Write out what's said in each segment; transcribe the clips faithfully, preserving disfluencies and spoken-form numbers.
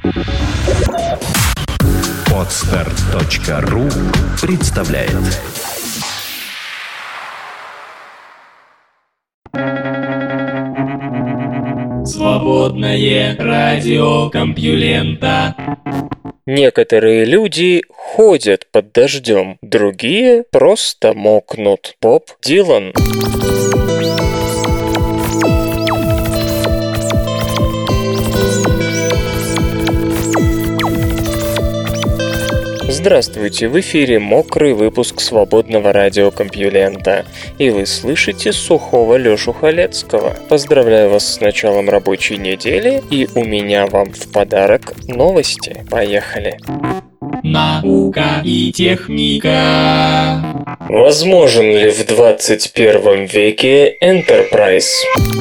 Подстар точка ру представляет. Свободное радио Компьюлента. Некоторые люди ходят под дождем, другие просто мокнут. Боб Дилан. Здравствуйте, в эфире мокрый выпуск свободного радио Компьюлента. И вы слышите сухого Лёшу Халецкого. Поздравляю вас с началом рабочей недели, и у меня вам в подарок новости. Поехали. Наука и техника. Возможен ли в двадцать первом веке Enterprise?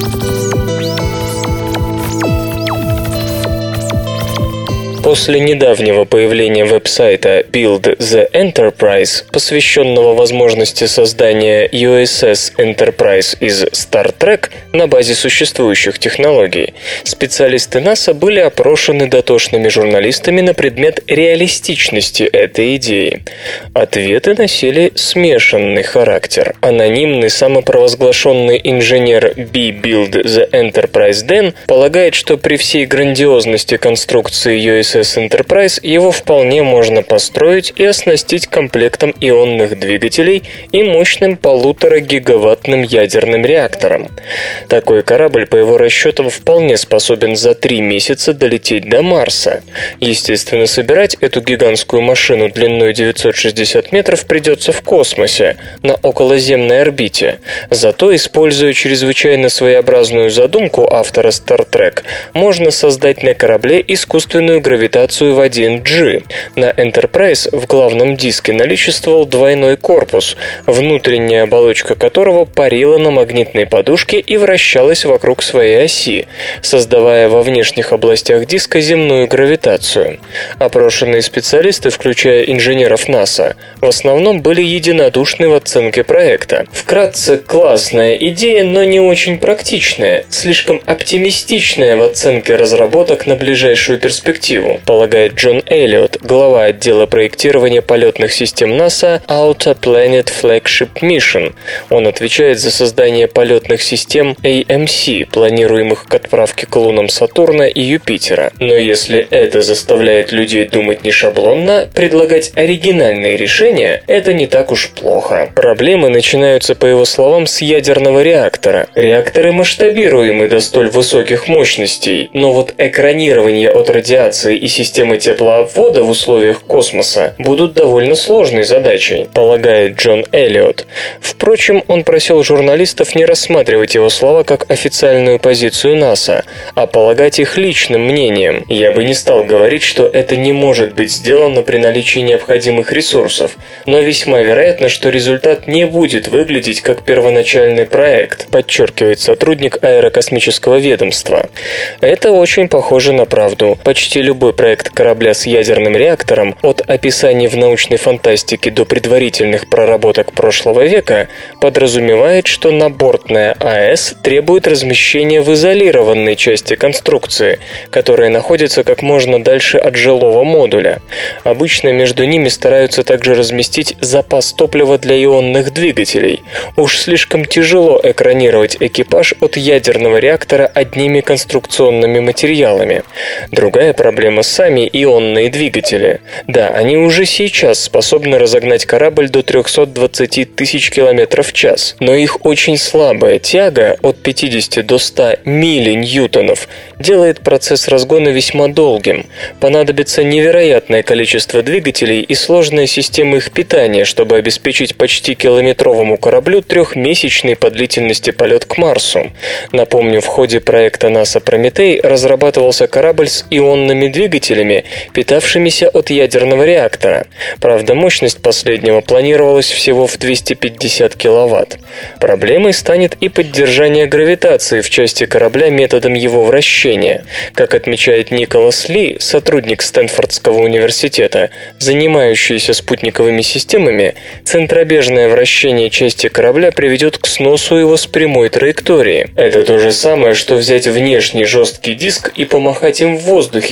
После недавнего появления веб-сайта Build the Enterprise, посвященного возможности создания ю эс эс Enterprise из Star Trek на базе существующих технологий, специалисты НАСА были опрошены дотошными журналистами на предмет реалистичности этой идеи. Ответы носили смешанный характер. Анонимный самопровозглашенный инженер B Build the Enterprise Дэн полагает, что при всей грандиозности конструкции ю эс эс Enterprise его вполне можно построить и оснастить комплектом ионных двигателей и мощным полуторагигаваттным ядерным реактором. Такой корабль, по его расчетам, вполне способен за три месяца долететь до Марса. Естественно, собирать эту гигантскую машину длиной девятьсот шестьдесят метров придется в космосе, на околоземной орбите. Зато, используя чрезвычайно своеобразную задумку автора Star Trek, можно создать на корабле искусственную гравитацию в один джи. На Enterprise в главном диске наличествовал двойной корпус, внутренняя оболочка которого парила на магнитной подушке и вращалась вокруг своей оси, создавая во внешних областях диска земную гравитацию. Опрошенные специалисты, включая инженеров НАСА, в основном были единодушны в оценке проекта. Вкратце, классная идея, но не очень практичная, слишком оптимистичная в оценке разработок на ближайшую перспективу, полагает Джон Эллиот, глава отдела проектирования полетных систем НАСА Outer Planet Flagship Mission. Он отвечает за создание полетных систем эй эм си, планируемых к отправке к лунам Сатурна и Юпитера. Но если это заставляет людей думать не шаблонно, предлагать оригинальные решения, это не так уж плохо. Проблемы начинаются, по его словам, с ядерного реактора. Реакторы масштабируемы до столь высоких мощностей, но вот экранирование от радиации и системы теплообвода в условиях космоса будут довольно сложной задачей, полагает Джон Эллиот. Впрочем, он просил журналистов не рассматривать его слова как официальную позицию НАСА, а полагать их личным мнением. «Я бы не стал говорить, что это не может быть сделано при наличии необходимых ресурсов, но весьма вероятно, что результат не будет выглядеть как первоначальный проект», подчеркивает сотрудник аэрокосмического ведомства. Это очень похоже на правду. Почти любой проект корабля с ядерным реактором, от описаний в научной фантастике до предварительных проработок прошлого века, подразумевает, что набортная АЭС требует размещения в изолированной части конструкции, которая находится как можно дальше от жилого модуля. Обычно между ними стараются также разместить запас топлива для ионных двигателей. Уж слишком тяжело экранировать экипаж от ядерного реактора одними конструкционными материалами. Другая проблема — сами ионные двигатели. Да, они уже сейчас способны разогнать корабль до триста двадцать тысяч километров в час, но их очень слабая тяга от пятидесяти до ста милли-ньютонов делает процесс разгона весьма долгим. Понадобится невероятное количество двигателей и сложная система их питания, чтобы обеспечить почти километровому кораблю трехмесячный по длительности полет к Марсу. Напомню, в ходе проекта НАСА «Прометей» разрабатывался корабль с ионными двигателями, питавшимися от ядерного реактора. Правда, мощность последнего планировалась всего в двести пятьдесят киловатт. Проблемой станет и поддержание гравитации в части корабля методом его вращения. Как отмечает Николас Ли, сотрудник Стэнфордского университета, занимающийся спутниковыми системами, центробежное вращение части корабля приведет к сносу его с прямой траектории. Это то же самое, что взять внешний жесткий диск и помахать им в воздухе, пока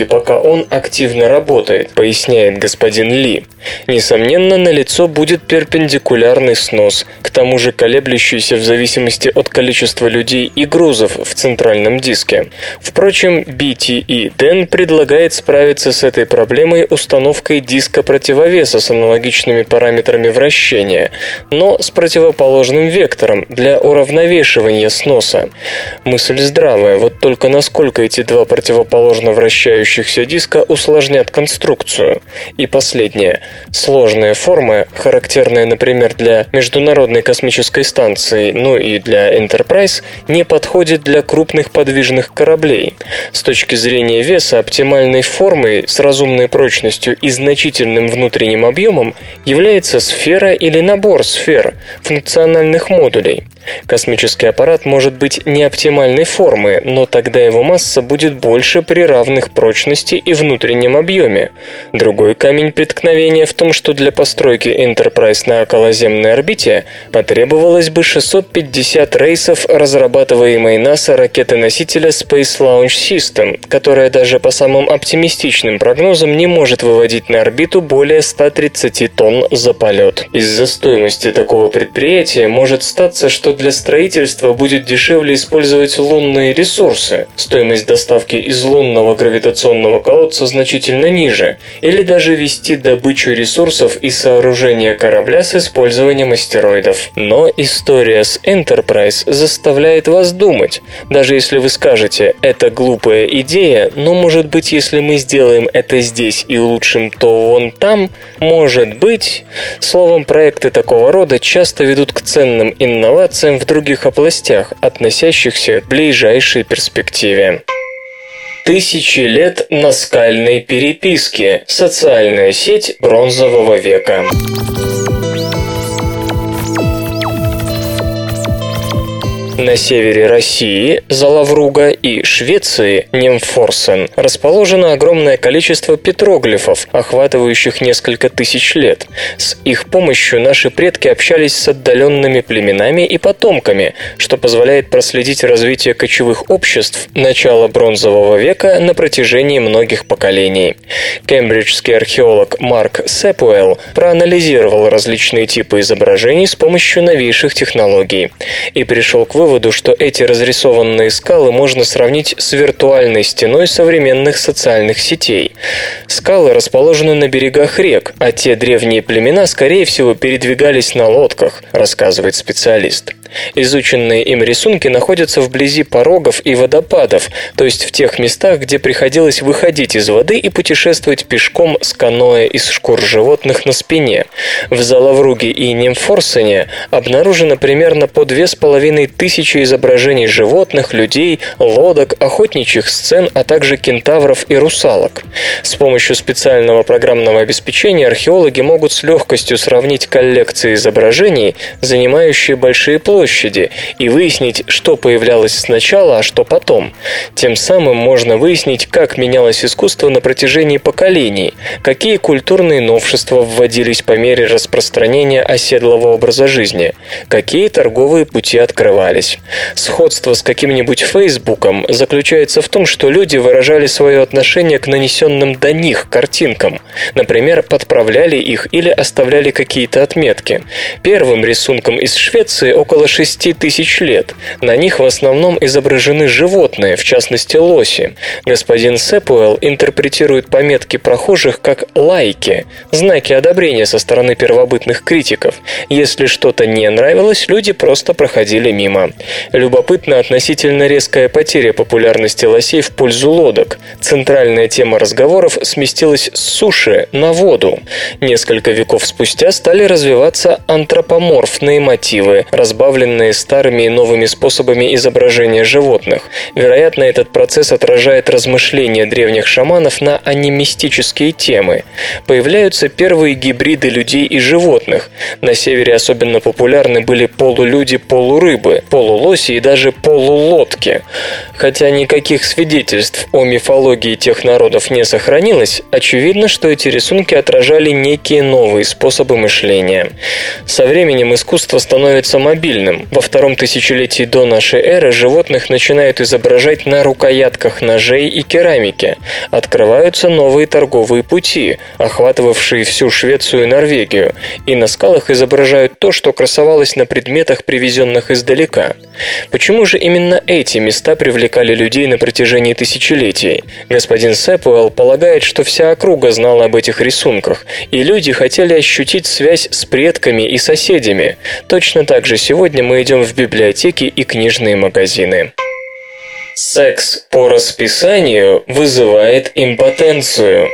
он активно работает, поясняет господин Ли. Несомненно, налицо будет перпендикулярный снос, к тому же колеблющийся в зависимости от количества людей и грузов в центральном диске. Впрочем, би ти и Дэн предлагает справиться с этой проблемой установкой диска противовеса с аналогичными параметрами вращения, но с противоположным вектором для уравновешивания сноса. Мысль здравая, вот только насколько эти два противоположно вращающихся диска усложнят конструкцию. И последнее. Сложные формы, характерные, например, для Международной космической станции, ну и для Enterprise, не подходят для крупных подвижных кораблей. С точки зрения веса, оптимальной формой с разумной прочностью и значительным внутренним объемом является сфера или набор сфер, функциональных модулей. Космический аппарат может быть не оптимальной формы, но тогда его масса будет больше при равных прочности и внутреннем объеме. Другой камень преткновения в том, что для постройки Enterprise на околоземной орбите потребовалось бы шестьсот пятьдесят рейсов разрабатываемой НАСА ракеты-носителя Space Launch System, которая даже по самым оптимистичным прогнозам не может выводить на орбиту более ста тридцати тонн за полет. Из-за стоимости такого предприятия может статься, что для строительства будет дешевле использовать лунные ресурсы, стоимость доставки из лунного гравитационного колодца значительно ниже, или даже вести добычу ресурсов и сооружение корабля с использованием астероидов. Но история с Enterprise заставляет вас думать. Даже если вы скажете «это глупая идея», но может быть, если мы сделаем это здесь и улучшим то вон там, может быть... Словом, проекты такого рода часто ведут к ценным инновациям в других областях, относящихся к ближайшей перспективе. Тысячи лет наскальной переписки. Социальная сеть бронзового века. На севере России, Залавруга, и Швеции, Немфорсен, расположено огромное количество петроглифов, охватывающих несколько тысяч лет. С их помощью наши предки общались с отдаленными племенами и потомками, что позволяет проследить развитие кочевых обществ начала Бронзового века на протяжении многих поколений. Кембриджский археолог Марк Сэпуэлл проанализировал различные типы изображений с помощью новейших технологий и пришел к выводу, выводу, что эти разрисованные скалы можно сравнить с виртуальной стеной современных социальных сетей. Скалы расположены на берегах рек, а те древние племена, скорее всего, передвигались на лодках, рассказывает специалист. Изученные им рисунки находятся вблизи порогов и водопадов, то есть в тех местах, где приходилось выходить из воды и путешествовать пешком с каноэ из шкур животных на спине. В Залавруге и Немфорсене обнаружено примерно по две с половиной тысячи изображений животных, людей, лодок, охотничьих сцен, а также кентавров и русалок. С помощью специального программного обеспечения археологи могут с легкостью сравнить коллекции изображений, занимающие большие площади, и выяснить, что появлялось сначала, а что потом. Тем самым можно выяснить, как менялось искусство на протяжении поколений, какие культурные новшества вводились по мере распространения оседлого образа жизни, какие торговые пути открывались. Сходство с каким-нибудь Фейсбуком заключается в том, что люди выражали свое отношение к нанесенным до них картинкам. Например, подправляли их или оставляли какие-то отметки. Первым рисункам из Швеции около шести тысяч лет. На них в основном изображены животные, в частности лоси. Господин Сэпуэлл интерпретирует пометки прохожих как лайки, знаки одобрения со стороны первобытных критиков. Если что-то не нравилось, люди просто проходили мимо. Любопытна относительно резкая потеря популярности лосей в пользу лодок. Центральная тема разговоров сместилась с суши на воду. Несколько веков спустя стали развиваться антропоморфные мотивы, разбавленные старыми и новыми способами изображения животных. Вероятно, этот процесс отражает размышления древних шаманов на анимистические темы. Появляются первые гибриды людей и животных. На севере особенно популярны были полулюди-полурыбы, полулюди полулоси и даже полулодки. Хотя никаких свидетельств о мифологии тех народов не сохранилось, очевидно, что эти рисунки отражали некие новые способы мышления. Со временем искусство становится мобильным. Во втором тысячелетии до нашей эры животных начинают изображать на рукоятках ножей и керамики. Открываются новые торговые пути, охватывавшие всю Швецию и Норвегию, и на скалах изображают то, что красовалось на предметах, привезенных издалека. Почему же именно эти места привлекали людей на протяжении тысячелетий? Господин Сэпуэлл полагает, что вся округа знала об этих рисунках, и люди хотели ощутить связь с предками и соседями. Точно так же сегодня мы идем в библиотеки и книжные магазины. Секс по расписанию вызывает импотенцию.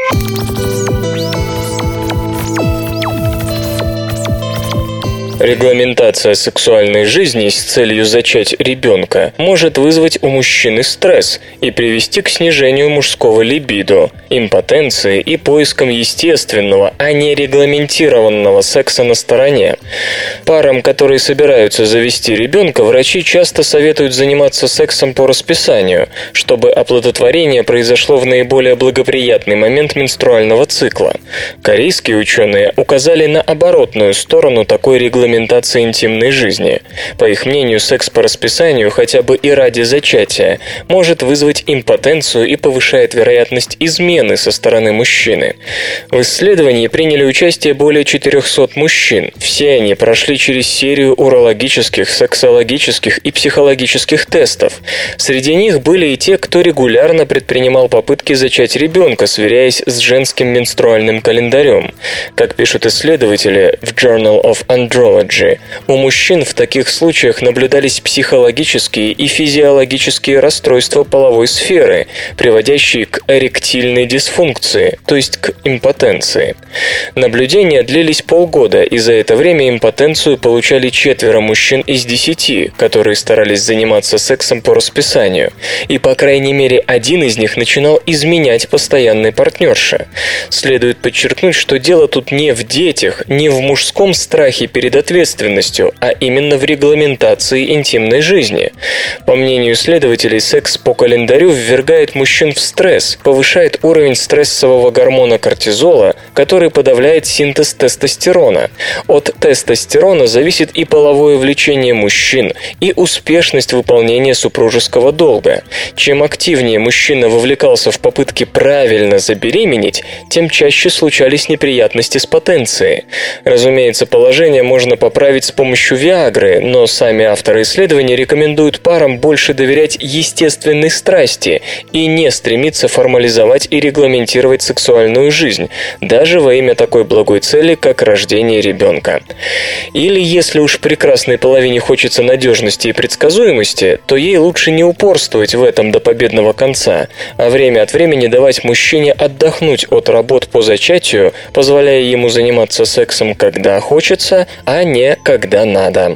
Регламентация сексуальной жизни с целью зачать ребенка может вызвать у мужчины стресс и привести к снижению мужского либидо, импотенции и поискам естественного, а не регламентированного секса на стороне. Парам, которые собираются завести ребенка, врачи часто советуют заниматься сексом по расписанию, чтобы оплодотворение произошло в наиболее благоприятный момент менструального цикла. Корейские ученые указали на оборотную сторону такой регламентации интимной жизни. По их мнению, секс по расписанию, хотя бы и ради зачатия, может вызвать импотенцию и повышает вероятность измены со стороны мужчины. В исследовании приняли участие более четырехсот мужчин. Все они прошли через серию урологических, сексологических и психологических тестов. Среди них были и те, кто регулярно предпринимал попытки зачать ребенка, сверяясь с женским менструальным календарем. Как пишут исследователи в Journal of Andrology, у мужчин в таких случаях наблюдались психологические и физиологические расстройства половой сферы, приводящие к эректильной дисфункции, то есть к импотенции. Наблюдения длились полгода, и за это время импотенцию получали четверо мужчин из десяти, которые старались заниматься сексом по расписанию, и по крайней мере один из них начинал изменять постоянной партнерше. Следует подчеркнуть, что дело тут не в детях, не в мужском страхе перед ответственностью, а именно в регламентации интимной жизни. По мнению исследователей, секс по календарю ввергает мужчин в стресс, повышает уровень стрессового гормона кортизола, который подавляет синтез тестостерона. От тестостерона зависит и половое влечение мужчин, и успешность выполнения супружеского долга. Чем активнее мужчина вовлекался в попытки правильно забеременеть, тем чаще случались неприятности с потенцией. Разумеется, положение можно поправить с помощью Виагры, но сами авторы исследования рекомендуют парам больше доверять естественной страсти и не стремиться формализовать и регламентировать сексуальную жизнь, даже во имя такой благой цели, как рождение ребенка. Или, если уж прекрасной половине хочется надежности и предсказуемости, то ей лучше не упорствовать в этом до победного конца, а время от времени давать мужчине отдохнуть от работ по зачатию, позволяя ему заниматься сексом, когда хочется, а не когда надо.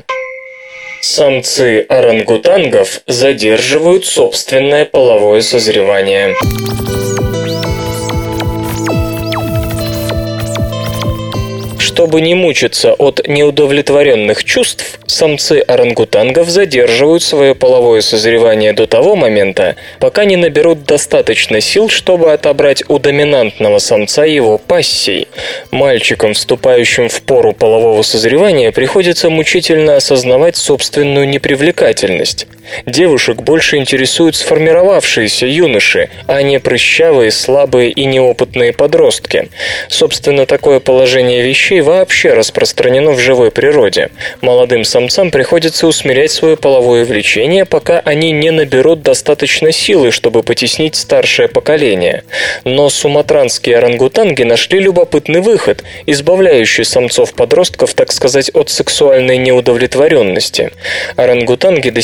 Самцы орангутангов задерживают собственное половое созревание. Чтобы не мучиться от неудовлетворенных чувств, самцы орангутангов задерживают свое половое созревание до того момента, пока не наберут достаточно сил, чтобы отобрать у доминантного самца его пассий. Мальчикам, вступающим в пору полового созревания, приходится мучительно осознавать собственную непривлекательность. Девушек больше интересуют сформировавшиеся юноши, а не прыщавые, слабые и неопытные подростки. Собственно, такое положение вещей вообще распространено в живой природе. Молодым самцам приходится усмирять свое половое влечение, пока они не наберут достаточно силы, чтобы потеснить старшее поколение. Но суматранские орангутанги нашли любопытный выход, избавляющий самцов-подростков, так сказать, от сексуальной неудовлетворенности. Орангутанги достигают полового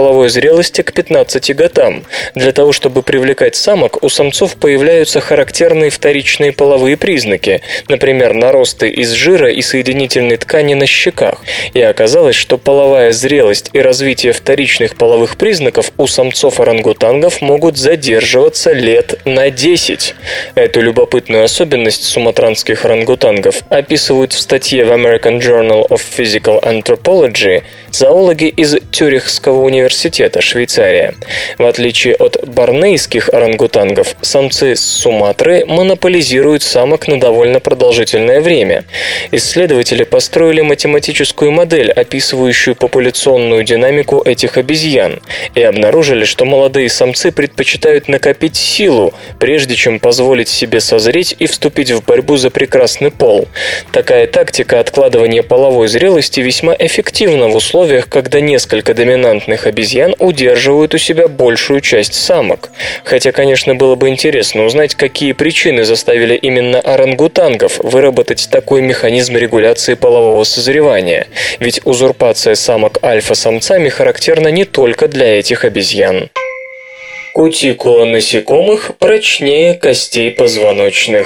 половой зрелости к пятнадцати годам. Для того, чтобы привлекать самок, у самцов появляются характерные вторичные половые признаки, например, наросты из жира и соединительной ткани на щеках. И оказалось, что половая зрелость и развитие вторичных половых признаков у самцов-орангутангов могут задерживаться лет на десять. Эту любопытную особенность суматранских орангутангов описывают в статье в American Journal of Physical Anthropology зоологи из Цюрихского университета, Швейцария. В отличие от борнейских орангутангов, самцы с Суматры монополизируют самок на довольно продолжительное время. Исследователи построили математическую модель, описывающую популяционную динамику этих обезьян, и обнаружили, что молодые самцы предпочитают накопить силу, прежде чем позволить себе созреть и вступить в борьбу за прекрасный пол. Такая тактика откладывания половой зрелости весьма эффективна в условиях, когда несколько доминантных обезьян удерживают у себя большую часть самок. Хотя, конечно, было бы интересно узнать, какие причины заставили именно орангутангов выработать такой механизм регуляции полового созревания. Ведь узурпация самок альфа-самцами характерна не только для этих обезьян. Кутикула насекомых прочнее костей позвоночных.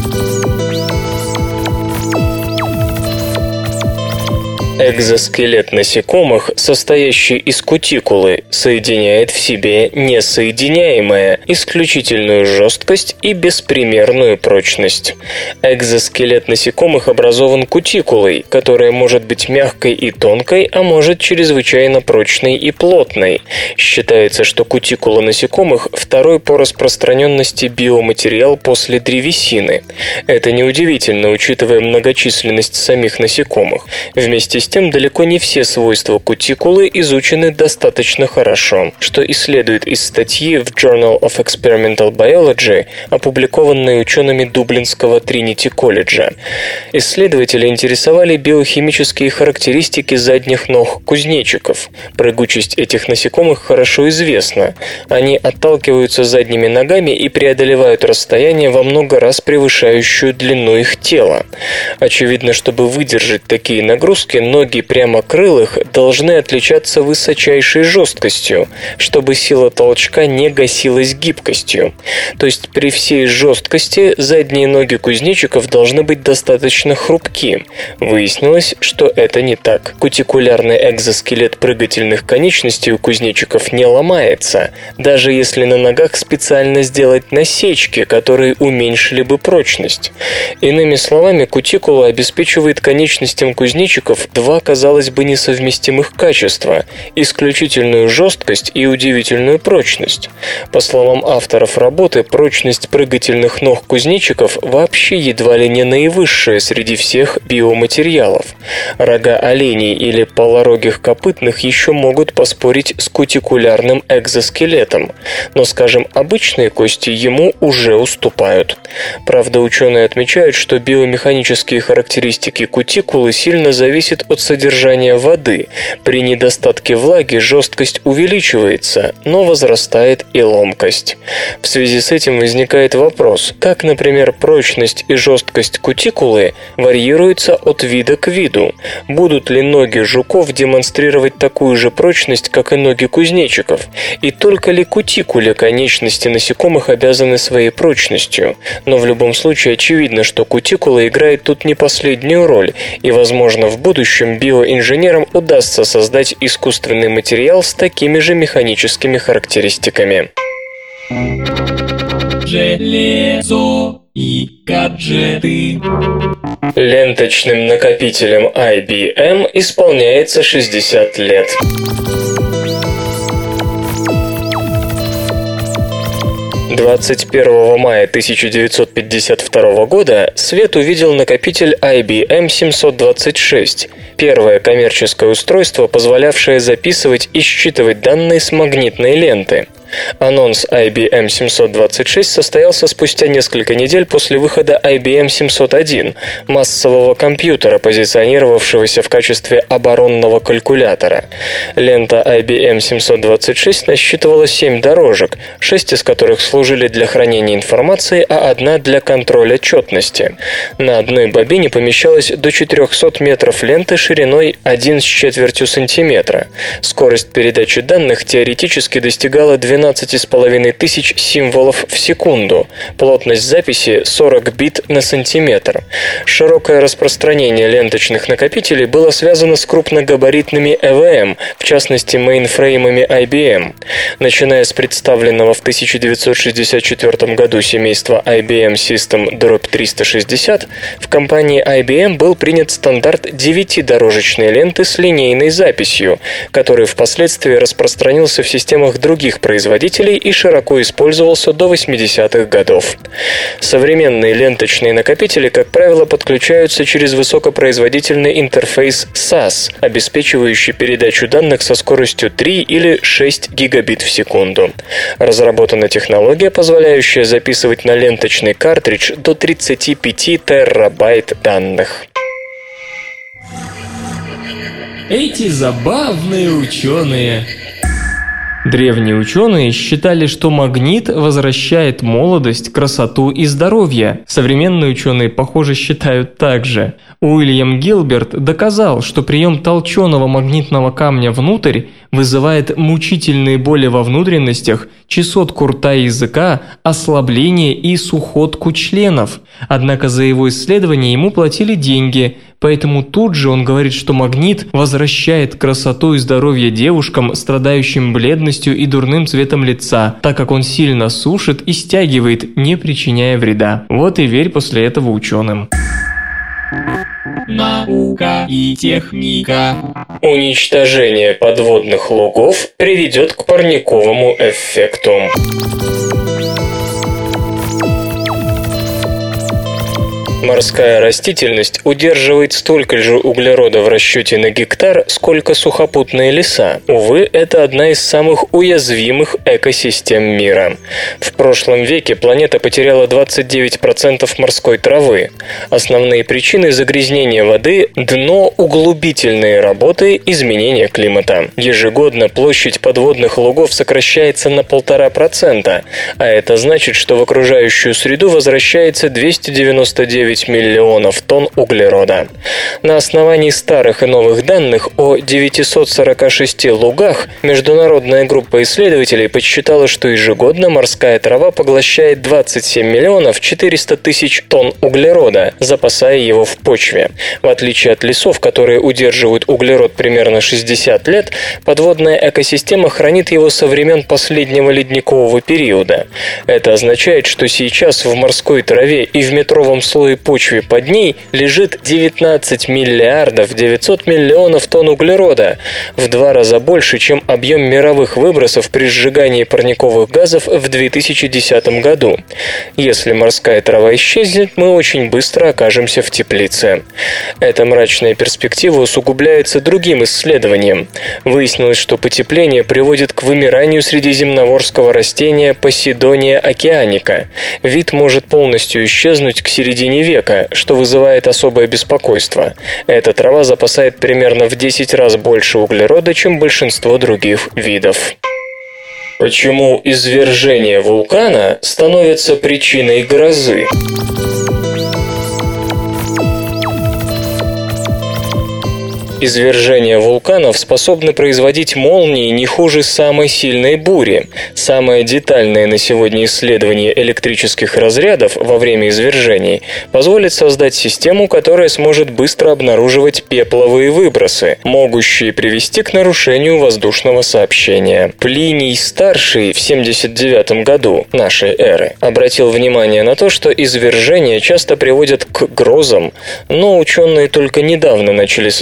Экзоскелет насекомых, состоящий из кутикулы, соединяет в себе несоединяемое, исключительную жесткость и беспримерную прочность. Экзоскелет насекомых образован кутикулой, которая может быть мягкой и тонкой, а может чрезвычайно прочной и плотной. Считается, что кутикула насекомых – второй по распространенности биоматериал после древесины. Это неудивительно, учитывая многочисленность самих насекомых. Вместе с тем, далеко не все свойства кутикулы изучены достаточно хорошо, что и следует из статьи в Journal of Experimental Biology, опубликованной учеными Дублинского Тринити колледжа. Исследователи интересовали биохимические характеристики задних ног кузнечиков. Прыгучесть этих насекомых хорошо известна. Они отталкиваются задними ногами и преодолевают расстояние во много раз превышающую длину их тела. Очевидно, чтобы выдержать такие нагрузки, ноги прямокрылых должны отличаться высочайшей жесткостью, чтобы сила толчка не гасилась гибкостью. То есть при всей жесткости задние ноги кузнечиков должны быть достаточно хрупки. Выяснилось, что это не так. Кутикулярный экзоскелет прыгательных конечностей у кузнечиков не ломается, даже если на ногах специально сделать насечки, которые уменьшили бы прочность. Иными словами, кутикула обеспечивает конечностям кузнечиков два, казалось бы, несовместимых качества – исключительную жесткость и удивительную прочность. По словам авторов работы, прочность прыгательных ног кузнечиков вообще едва ли не наивысшая среди всех биоматериалов. Рога оленей или полорогих копытных еще могут поспорить с кутикулярным экзоскелетом, но, скажем, обычные кости ему уже уступают. Правда, ученые отмечают, что биомеханические характеристики кутикулы сильно зависят от содержания воды. При недостатке влаги жесткость увеличивается, но возрастает и ломкость. В связи с этим возникает вопрос, как, например, прочность и жесткость кутикулы варьируются от вида к виду. Будут ли ноги жуков демонстрировать такую же прочность, как и ноги кузнечиков? И только ли кутикуле конечности насекомых обязаны своей прочностью? Но в любом случае очевидно, что кутикула играет тут не последнюю роль, и, возможно, в будущем биоинженерам удастся создать искусственный материал с такими же механическими характеристиками. Железо и гаджеты. Ленточным накопителем ай би эм исполняется шестьдесят лет. двадцать первого мая тысяча девятьсот пятьдесят второго года свет увидел накопитель ай би эм семьсот двадцать шесть, первое коммерческое устройство, позволявшее записывать и считывать данные с магнитной ленты. Анонс ай би эм семьсот двадцать шесть состоялся спустя несколько недель после выхода ай би эм семьсот один, массового компьютера, позиционировавшегося в качестве оборонного калькулятора. Лента ай би эм семьсот двадцать шесть насчитывала семь дорожек, шесть из которых служили для хранения информации, а одна для контроля четности. На одной бобине помещалось до четыреста метров ленты шириной один с четвертью сантиметра. Скорость передачи данных теоретически достигала двенадцать с половиной тысяч символов в секунду. Плотность записи сорок бит на сантиметр. Широкое распространение ленточных накопителей было связано с крупногабаритными и ви эм, в частности мейнфреймами ай би эм. Начиная с представленного в тысяча девятьсот шестьдесят четвёртом году семейства ай би эм System триста шестьдесят, в компании ай би эм был принят стандарт девятидорожечной ленты с линейной записью, который впоследствии распространился в системах других производителей и широко использовался до восьмидесятых годов. Современные ленточные накопители, как правило, подключаются через высокопроизводительный интерфейс сас, обеспечивающий передачу данных со скоростью три или шесть гигабит в секунду. Разработана технология, позволяющая записывать на ленточный картридж до тридцати пяти терабайт данных. Эти забавные ученые. Древние ученые считали, что магнит возвращает молодость, красоту и здоровье. Современные ученые, похоже, считают так же. Уильям Гилберт доказал, что прием толченого магнитного камня внутрь вызывает мучительные боли во внутренностях, чесотку рта и языка, ослабление и сухотку членов. Однако за его исследование ему платили деньги, поэтому тут же он говорит, что магнит возвращает красоту и здоровье девушкам, страдающим бледностью и дурным цветом лица, так как он сильно сушит и стягивает, не причиняя вреда. Вот и верь после этого ученым. Наука и техника. Уничтожение подводных лугов приведет к парниковому эффекту. Морская растительность удерживает столько же углерода в расчете на гектар, сколько сухопутные леса. Увы, это одна из самых уязвимых экосистем мира. В прошлом веке планета потеряла двадцать девять процентов морской травы. Основные причины загрязнения воды – дноуглубительные работы, изменения климата. Ежегодно площадь подводных лугов сокращается на полтора процента, а это значит, что в окружающую среду возвращается двести девяносто девять миллионов тонн углерода. На основании старых и новых данных о девятистах сорока шести лугах международная группа исследователей подсчитала, что ежегодно морская трава поглощает двадцать семь миллионов четыреста тысяч тонн углерода, запасая его в почве. В отличие от лесов, которые удерживают углерод примерно шестьдесят лет, подводная экосистема хранит его со времен последнего ледникового периода. Это означает, что сейчас в морской траве и в метровом слое почве под ней лежит девятнадцать миллиардов девятьсот миллионов тонн углерода, в два раза больше, чем объем мировых выбросов при сжигании парниковых газов в две тысячи десятом году. Если морская трава исчезнет, мы очень быстро окажемся в теплице. Эта мрачная перспектива усугубляется другим исследованием. Выяснилось, что потепление приводит к вымиранию средиземноморского растения Поsidония океаника. Вид может полностью исчезнуть к середине века, что вызывает особое беспокойство. Эта трава запасает примерно в десять раз больше углерода, чем большинство других видов. Почему извержение вулкана становится причиной грозы? Извержения вулканов способны производить молнии не хуже самой сильной бури. Самое детальное на сегодня исследование электрических разрядов во время извержений позволит создать систему, которая сможет быстро обнаруживать пепловые выбросы, могущие привести к нарушению воздушного сообщения. Плиний-старший в семьдесят девятом году нашей эры обратил внимание на то, что извержения часто приводят к грозам, но ученые только недавно начали создавать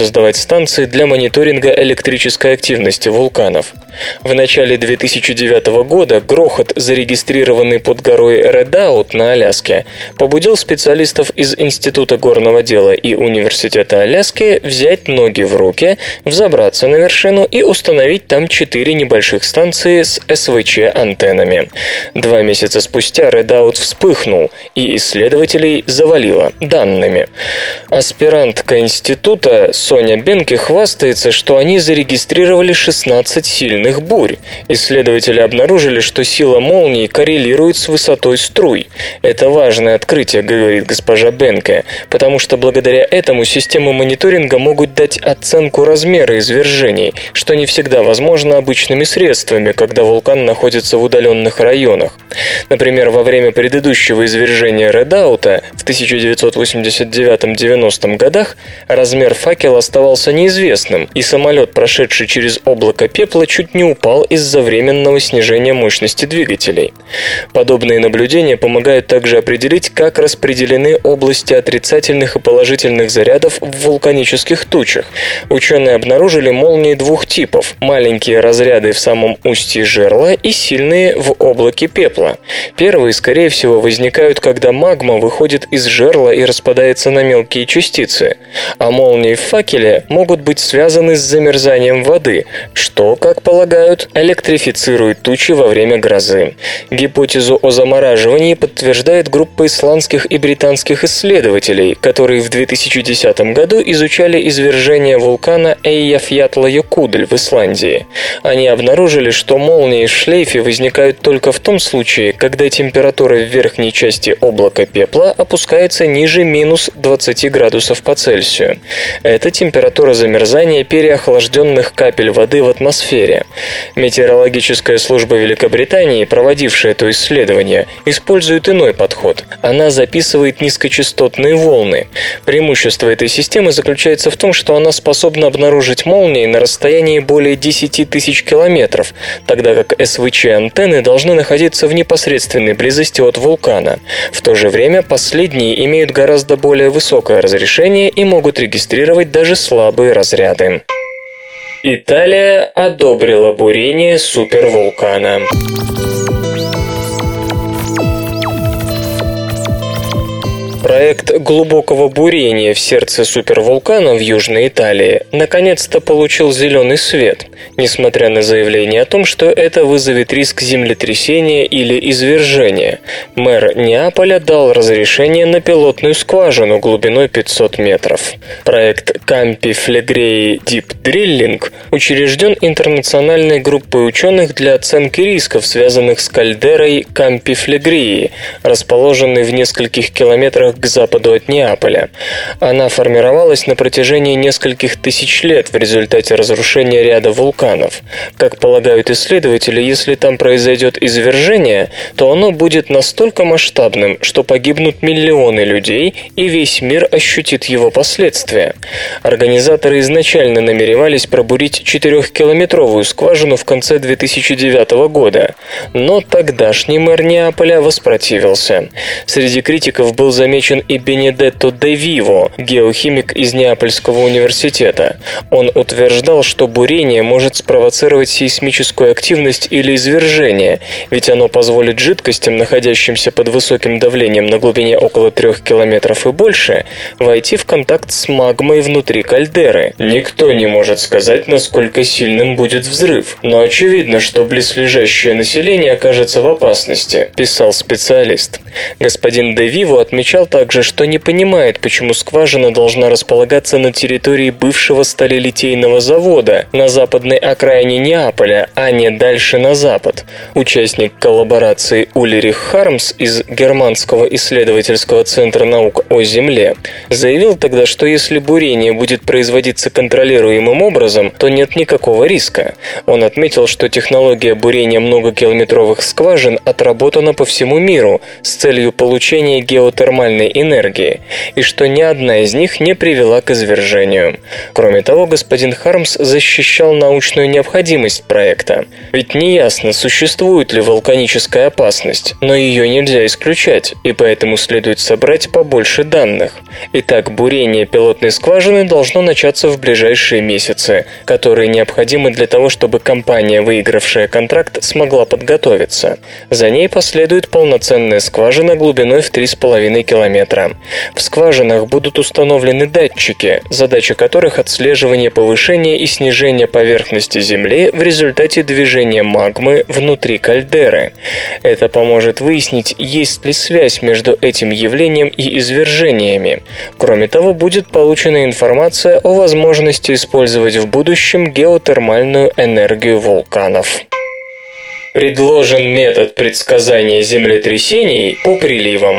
станции для мониторинга электрической активности вулканов. В начале две тысячи девятого года грохот, зарегистрированный под горой Редоут на Аляске, побудил специалистов из Института горного дела и Университета Аляски взять ноги в руки, взобраться на вершину и установить там четыре небольших станции с эс вэ че-антеннами. Два месяца спустя Редоут вспыхнул, и исследователей завалило данными. Аспирантка института Соня Бенке хвастается, что они зарегистрировали шестнадцать сильных бурь. Исследователи обнаружили, что сила молний коррелирует с высотой струй. Это важное открытие, говорит госпожа Бенке, потому что благодаря этому системы мониторинга могут дать оценку размера извержений, что не всегда возможно обычными средствами, когда вулкан находится в удаленных районах. Например, во время предыдущего извержения Редаута в тысяча девятьсот восемьдесят девятом-девяностом годах размер факела оставался неизвестным, и самолет, прошедший через облако пепла, чуть не упал из-за временного снижения мощности двигателей. Подобные наблюдения помогают также определить, как распределены области отрицательных и положительных зарядов в вулканических тучах. Ученые обнаружили молнии двух типов – маленькие разряды в самом устье жерла и сильные в облаке пепла. Первые, скорее всего, возникают, когда магма выходит из жерла и распадается на мелкие частицы, а молнии в факеле могут быть связаны с замерзанием воды, что, как полагают, электрифицирует тучи во время грозы. Гипотезу о замораживании подтверждает группа исландских и британских исследователей, которые в две тысячи десятом году изучали извержение вулкана Эйяфьятла-Jökull в Исландии. Они обнаружили, что молнии в шлейфе возникают только в том случае, когда температура в верхней части облака пепла опускается ниже минус двадцати градусов по Цельсию. Это температура замерзания переохлажденных капель воды в атмосфере. Метеорологическая служба Великобритании, проводившая это исследование, использует иной подход. Она записывает низкочастотные волны. Преимущество этой системы заключается в том, что она способна обнаружить молнии на расстоянии более десяти тысяч километров, тогда как эс вэ че-антенны должны находиться в непосредственной близости от вулкана. В то же время последние имеют гораздо более высокое разрешение и могут регистрировать даже слабые разряды. Италия одобрила бурение супервулкана. Проект глубокого бурения в сердце супервулкана в Южной Италии наконец-то получил зеленый свет, несмотря на заявление о том, что это вызовет риск землетрясения или извержения. Мэр Неаполя дал разрешение на пилотную скважину глубиной пятьсот метров. Проект Campi Flegrei Deep Drilling учрежден интернациональной группой ученых для оценки рисков, связанных с кальдерой Campi Flegrei, расположенной в нескольких километрах к западу от Неаполя. Она формировалась на протяжении нескольких тысяч лет в результате разрушения ряда вулканов. Как полагают исследователи, если там произойдет извержение, то оно будет настолько масштабным, что погибнут миллионы людей, и весь мир ощутит его последствия. Организаторы изначально намеревались пробурить четырехкилометровую скважину в конце две тысячи девятого года, но тогдашний мэр Неаполя воспротивился. Среди критиков был замечен и Бенедетто де Виво, геохимик из Неапольского университета. Он утверждал, что бурение может спровоцировать сейсмическую активность или извержение, ведь оно позволит жидкостям, находящимся под высоким давлением на глубине около трех километров и больше, войти в контакт с магмой внутри кальдеры. Никто не может сказать, насколько сильным будет взрыв, но очевидно, что близлежащее население окажется в опасности, писал специалист. Господин де Виво отмечал также, что не понимает, почему скважина должна располагаться на территории бывшего сталелитейного завода на западной окраине Неаполя, а не дальше на запад. Участник коллаборации Ульрих Хармс из Германского исследовательского центра наук о Земле заявил тогда, что если бурение будет производиться контролируемым образом, то нет никакого риска. Он отметил, что технология бурения многокилометровых скважин отработана по всему миру с целью получения геотермальной атомной энергии, и что ни одна из них не привела к извержению. Кроме того, господин Хармс защищал научную необходимость проекта. Ведь неясно, существует ли вулканическая опасность, но ее нельзя исключать, и поэтому следует собрать побольше данных. Итак, бурение пилотной скважины должно начаться в ближайшие месяцы, которые необходимы для того, чтобы компания, выигравшая контракт, смогла подготовиться. За ней последует полноценная скважина глубиной в три с половиной километра. В скважинах будут установлены датчики, задача которых отслеживание повышения и снижения поверхности Земли в результате движения магмы внутри кальдеры. Это поможет выяснить, есть ли связь между этим явлением и извержениями. Кроме того, будет получена информация о возможности использовать в будущем геотермальную энергию вулканов. Предложен метод предсказания землетрясений по приливам.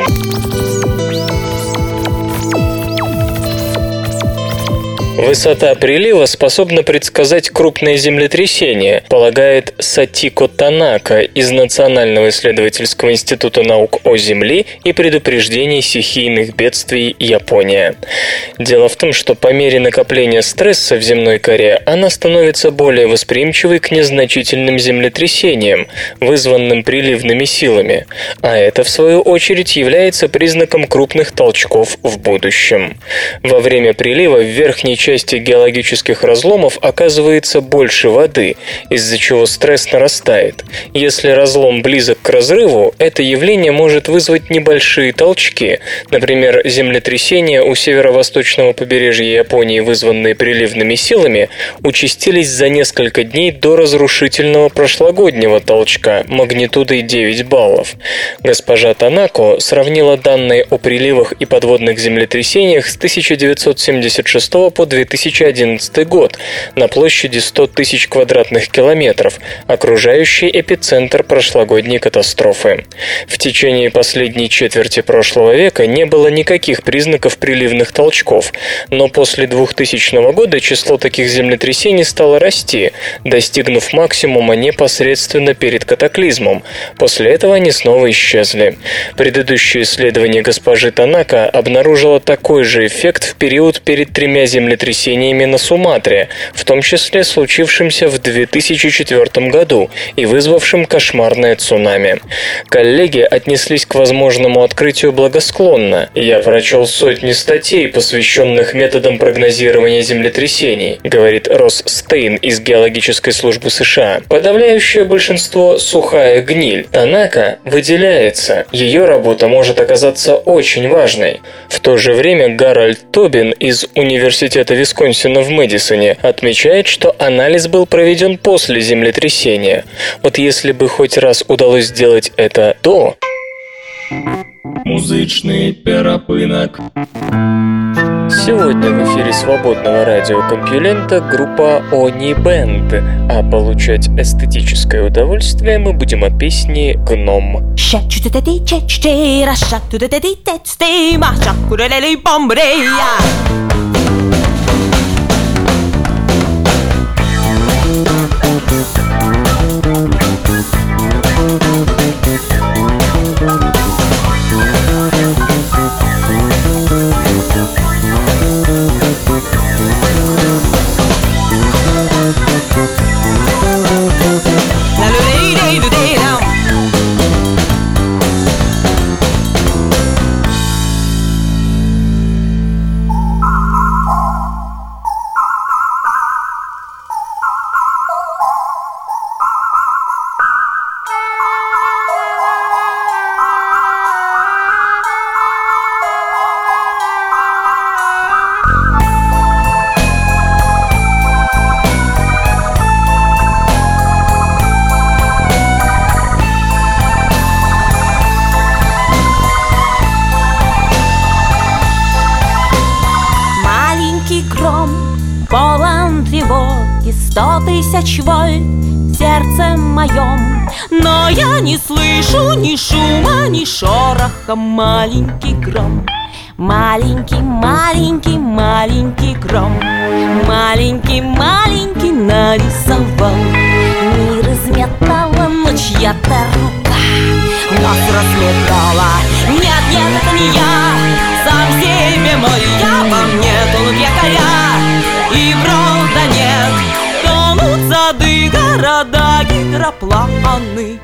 Высота прилива способна предсказать крупное землетрясение, полагает Сатико Танака из Национального исследовательского института наук о Земле и предупреждений стихийных бедствий Япония. Дело в том, что по мере накопления стресса в земной коре она становится более восприимчивой к незначительным землетрясениям, вызванным приливными силами, а это, в свою очередь, является признаком крупных толчков в будущем. Во время прилива в верхней части части геологических разломов оказывается больше воды, из-за чего стресс нарастает. Если разлом близок к разрыву, это явление может вызвать небольшие толчки. Например, землетрясения у северо-восточного побережья Японии, вызванные приливными силами, участились за несколько дней до разрушительного прошлогоднего толчка магнитудой девять баллов. Госпожа Танако сравнила данные о приливах и подводных землетрясениях с тысяча девятьсот семьдесят шестого по две тысячи одиннадцатый год на площади сто тысяч квадратных километров, окружающий эпицентр прошлогодней катастрофы. В течение последней четверти прошлого века не было никаких признаков приливных толчков, но после двухтысячного года число таких землетрясений стало расти, достигнув максимума непосредственно перед катаклизмом. После этого они снова исчезли. Предыдущее исследование госпожи Танака обнаружило такой же эффект в период перед тремя землетрясениями на Суматре, в том числе случившимся в две тысячи четвёртом году и вызвавшим кошмарное цунами. Коллеги отнеслись к возможному открытию благосклонно. Я прочел сотни статей, посвященных методам прогнозирования землетрясений, говорит Росс Стейн из Геологической службы США. Подавляющее большинство – сухая гниль. Танака выделяется. Ее работа может оказаться очень важной. В то же время Гарольд Тобин из Университета Висконсина в Мэдисоне отмечает, что анализ был проведен после землетрясения. Вот если бы хоть раз удалось сделать это до... Музычный перепынок. Сегодня в эфире свободного радиокомпьюлента группа Они Бэнд, а получать эстетическое удовольствие мы будем от песни «Гном». Сто тысяч вольт в сердце моем, но я не слышу ни шума, ни шороха. Маленький гром, маленький, маленький, маленький гром, маленький, маленький нарисовал. Мир изметала, но чья-то рука нас разметала. Нет, это не я. Сам себе мой я, во мне тонут якоря, и брода нет. Тонут сады, города, гидропланы.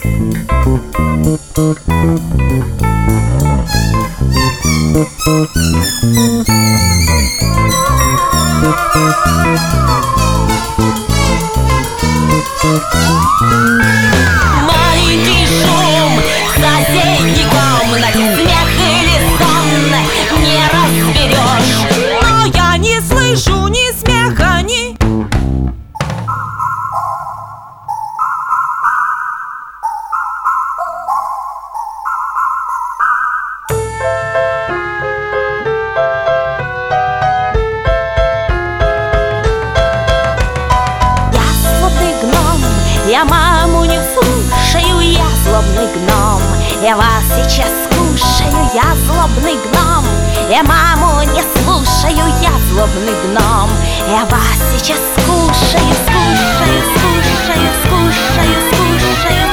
Маленький шум в соседней комнате, смех или сон не разберешь. Но я не слышу ни смеха, ни... Я маму не слушаю, я злобный гном. Я вас сейчас скушаю, я злобный гном. Я маму не слушаю, я злобный гном. Я вас сейчас скушаю, скушаю, скушаю, скушаю, скушаю.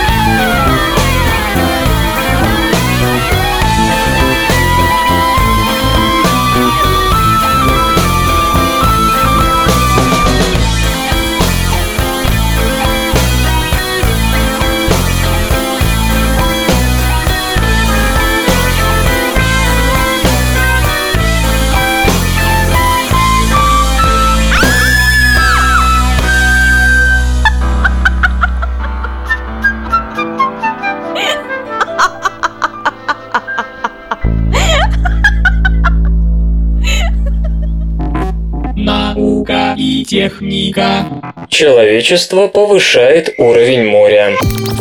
Наука и техника. Человечество повышает уровень моря.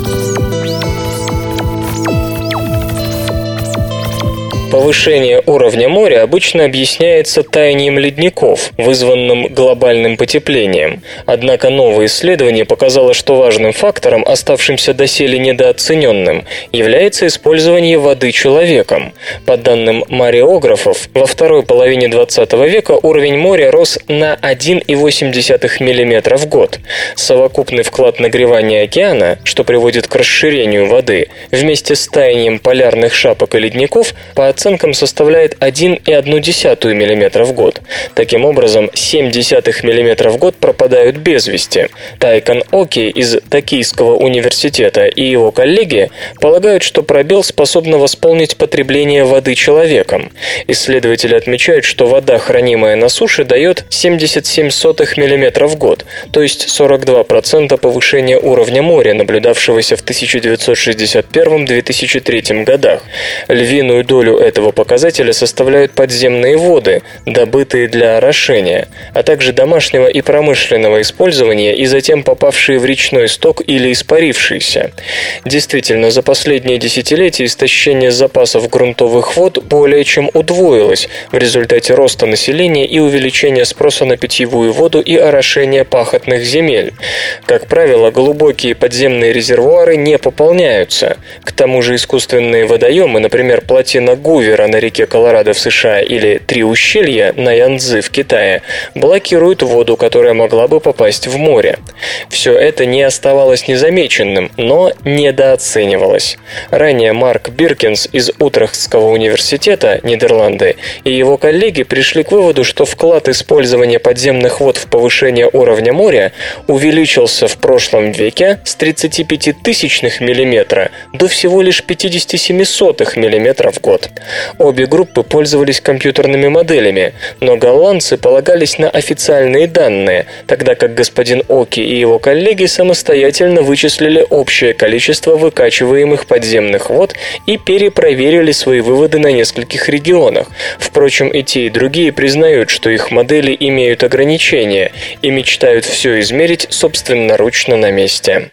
Повышение уровня моря обычно объясняется таянием ледников, вызванным глобальным потеплением. Однако новое исследование показало, что важным фактором, оставшимся доселе недооцененным, является использование воды человеком. По данным мареографов, во второй половине двадцатого века уровень моря рос на один целых восемь десятых миллиметра в год. Совокупный вклад нагревания океана, что приводит к расширению воды, вместе с таянием полярных шапок и ледников, по оценкам составляет один целых одна десятая миллиметра в год. Таким образом, семь десятых миллиметра в год пропадают без вести. Тайкан Оки из Токийского университета и его коллеги полагают, что пробел способно восполнить потребление воды человеком. Исследователи отмечают, что вода, хранимая на суше, дает семьдесят семь сотых миллиметра в год, то есть сорок два процента повышения уровня моря, наблюдавшегося в тысяча девятьсот шестьдесят первом — две тысячи третьем годах. Львиную долю этого показателя составляют подземные воды, добытые для орошения, а также домашнего и промышленного использования и затем попавшие в речной сток или испарившиеся. Действительно, за последние десятилетия истощение запасов грунтовых вод более чем удвоилось в результате роста населения и увеличения спроса на питьевую воду и орошения пахотных земель. Как правило, глубокие подземные резервуары не пополняются. К тому же искусственные водоемы, например, плотина Гувера на реке Колорадо в США или Три ущелья на Янцзы в Китае, блокируют воду, которая могла бы попасть в море. Все это не оставалось незамеченным, но недооценивалось. Ранее Марк Биркинс из Утрехтского университета, Нидерланды, и его коллеги пришли к выводу, что вклад использования подземных вод в повышение уровня моря увеличился в прошлом веке с тридцати пяти тысячных миллиметра до всего лишь пятидесяти семи сотых миллиметра в год. Обе группы пользовались компьютерными моделями, но голландцы полагались на официальные данные, тогда как господин Оки и его коллеги самостоятельно вычислили общее количество выкачиваемых подземных вод и перепроверили свои выводы на нескольких регионах. Впрочем, и те, и другие признают, что их модели имеют ограничения и мечтают все измерить собственноручно на месте.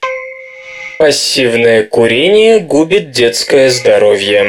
Пассивное курение губит детское здоровье.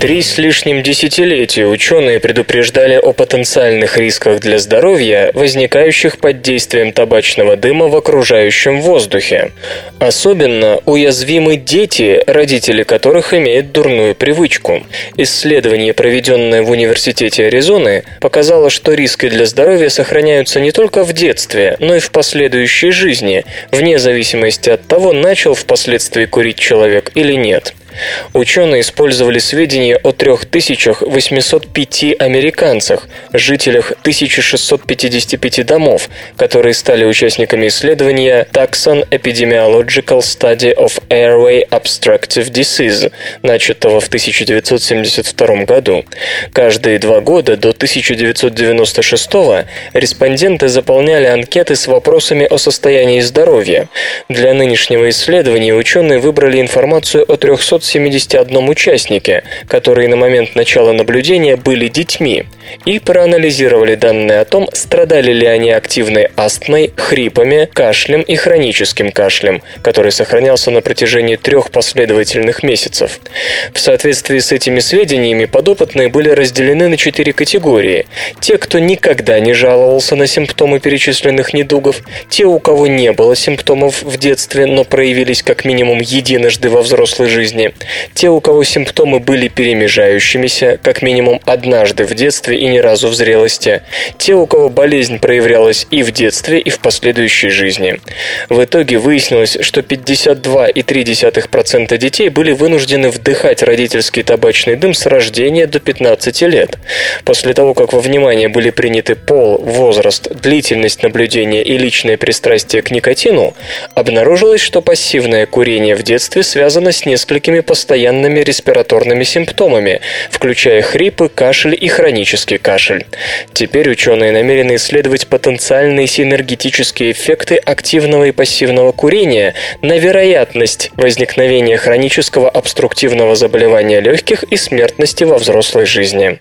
Три с лишним десятилетия ученые предупреждали о потенциальных рисках для здоровья, возникающих под действием табачного дыма в окружающем воздухе. Особенно уязвимы дети, родители которых имеют дурную привычку. Исследование, проведенное в Университете Аризоны, показало, что риски для здоровья сохраняются не только в детстве, но и в последующей жизни, вне зависимости от того, начал впоследствии курить человек или нет. Ученые использовали сведения о трёх тысячах восьмистах пяти американцах, жителях тысяча шестьсот пятидесяти пяти домов, которые стали участниками исследования Tucson Epidemiological Study of Airway Obstructive Disease, начатого в тысяча девятьсот семьдесят втором году. Каждые два года до тысяча девятьсот девяносто шестого респонденты заполняли анкеты с вопросами о состоянии здоровья. Для нынешнего исследования ученые выбрали информацию о трёхстах семидесяти одном участнике, которые на момент начала наблюдения были детьми, и проанализировали данные о том, страдали ли они активной астмой, хрипами, кашлем и хроническим кашлем, который сохранялся на протяжении трех последовательных месяцев. В соответствии с этими сведениями подопытные были разделены на четыре категории. Те, кто никогда не жаловался на симптомы перечисленных недугов, те, у кого не было симптомов в детстве, но проявились как минимум единожды во взрослой жизни, те, у кого симптомы были перемежающимися, как минимум однажды в детстве и ни разу в зрелости, те, у кого болезнь проявлялась и в детстве, и в последующей жизни. В итоге выяснилось, что пятьдесят два целых три десятых процента детей были вынуждены вдыхать родительский табачный дым с рождения до пятнадцати лет. После того, как во внимание были приняты пол, возраст, длительность наблюдения и личное пристрастие к никотину, обнаружилось, что пассивное курение в детстве связано с несколькими постоянными респираторными симптомами, включая хрипы, кашель и хронический кашель. Теперь ученые намерены исследовать потенциальные синергетические эффекты активного и пассивного курения на вероятность возникновения хронического обструктивного заболевания легких и смертности во взрослой жизни.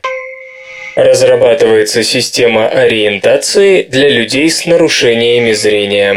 Разрабатывается система ориентации для людей с нарушениями зрения.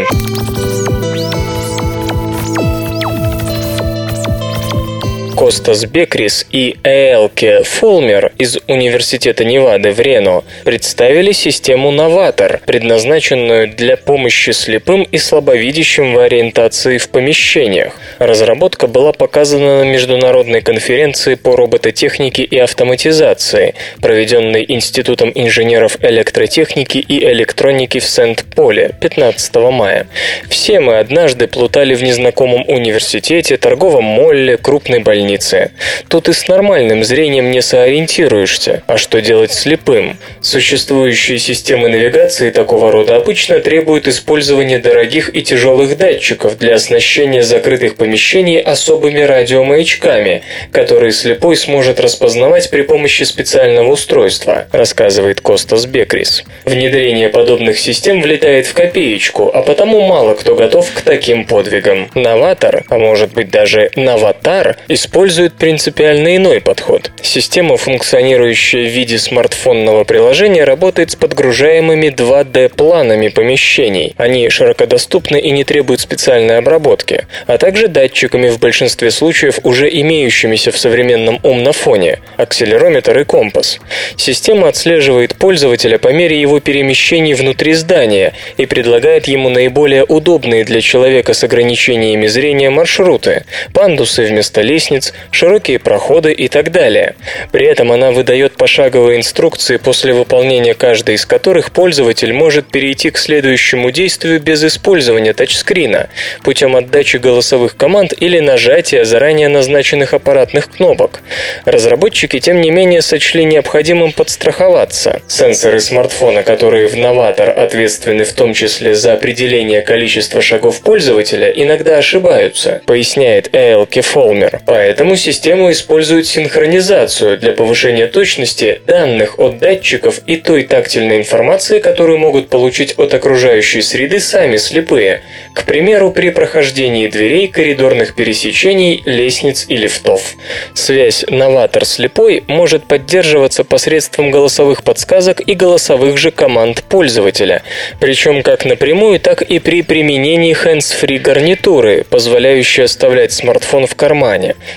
Костас Бекрис и Ээлке Фолмер из Университета Невады в Рено представили систему «Новатор», предназначенную для помощи слепым и слабовидящим в ориентации в помещениях. Разработка была показана на международной конференции по робототехнике и автоматизации, проведенной Институтом инженеров электротехники и электроники в Сент-Поле пятнадцатого мая. Все мы однажды плутали в незнакомом университете, торговом молле, крупной больнице. Тут и с нормальным зрением не сориентируешься. А что делать слепым? Существующие системы навигации такого рода обычно требуют использования дорогих и тяжелых датчиков для оснащения закрытых помещений особыми радиомаячками, которые слепой сможет распознавать при помощи специального устройства, рассказывает Костас Бекрис. Внедрение подобных систем влетает в копеечку, а потому мало кто готов к таким подвигам. Новатор, а может быть даже новатар, использует использует принципиально иной подход. Система, функционирующая в виде смартфонного приложения, работает с подгружаемыми два дэ-планами помещений. Они широкодоступны и не требуют специальной обработки, а также датчиками, в большинстве случаев уже имеющимися в современном умнофоне, акселерометр и компас. Система отслеживает пользователя по мере его перемещений внутри здания и предлагает ему наиболее удобные для человека с ограничениями зрения маршруты, пандусы вместо лестниц, широкие проходы и так далее. При этом она выдает пошаговые инструкции, после выполнения каждой из которых пользователь может перейти к следующему действию без использования тачскрина, путем отдачи голосовых команд или нажатия заранее назначенных аппаратных кнопок. Разработчики, тем не менее, сочли необходимым подстраховаться. Сенсоры смартфона, которые в Новатор ответственны в том числе за определение количества шагов пользователя, иногда ошибаются, поясняет Ээлке Фолмер. Поэтому систему используют синхронизацию для повышения точности данных от датчиков и той тактильной информации, которую могут получить от окружающей среды сами слепые, к примеру, при прохождении дверей, коридорных пересечений, лестниц и лифтов. Связь новатор-слепой может поддерживаться посредством голосовых подсказок и голосовых же команд пользователя, причем как напрямую, так и при применении hands-free гарнитуры, позволяющей оставлять смартфон в кармане.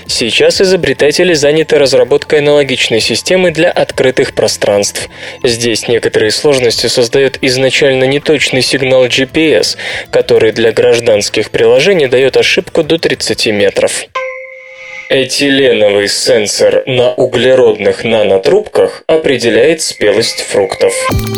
Сейчас изобретатели заняты разработкой аналогичной системы для открытых пространств. Здесь некоторые сложности создает изначально неточный сигнал джи пи эс, который для гражданских приложений дает ошибку до тридцати метров. Этиленовый сенсор на углеродных нанотрубках определяет спелость фруктов.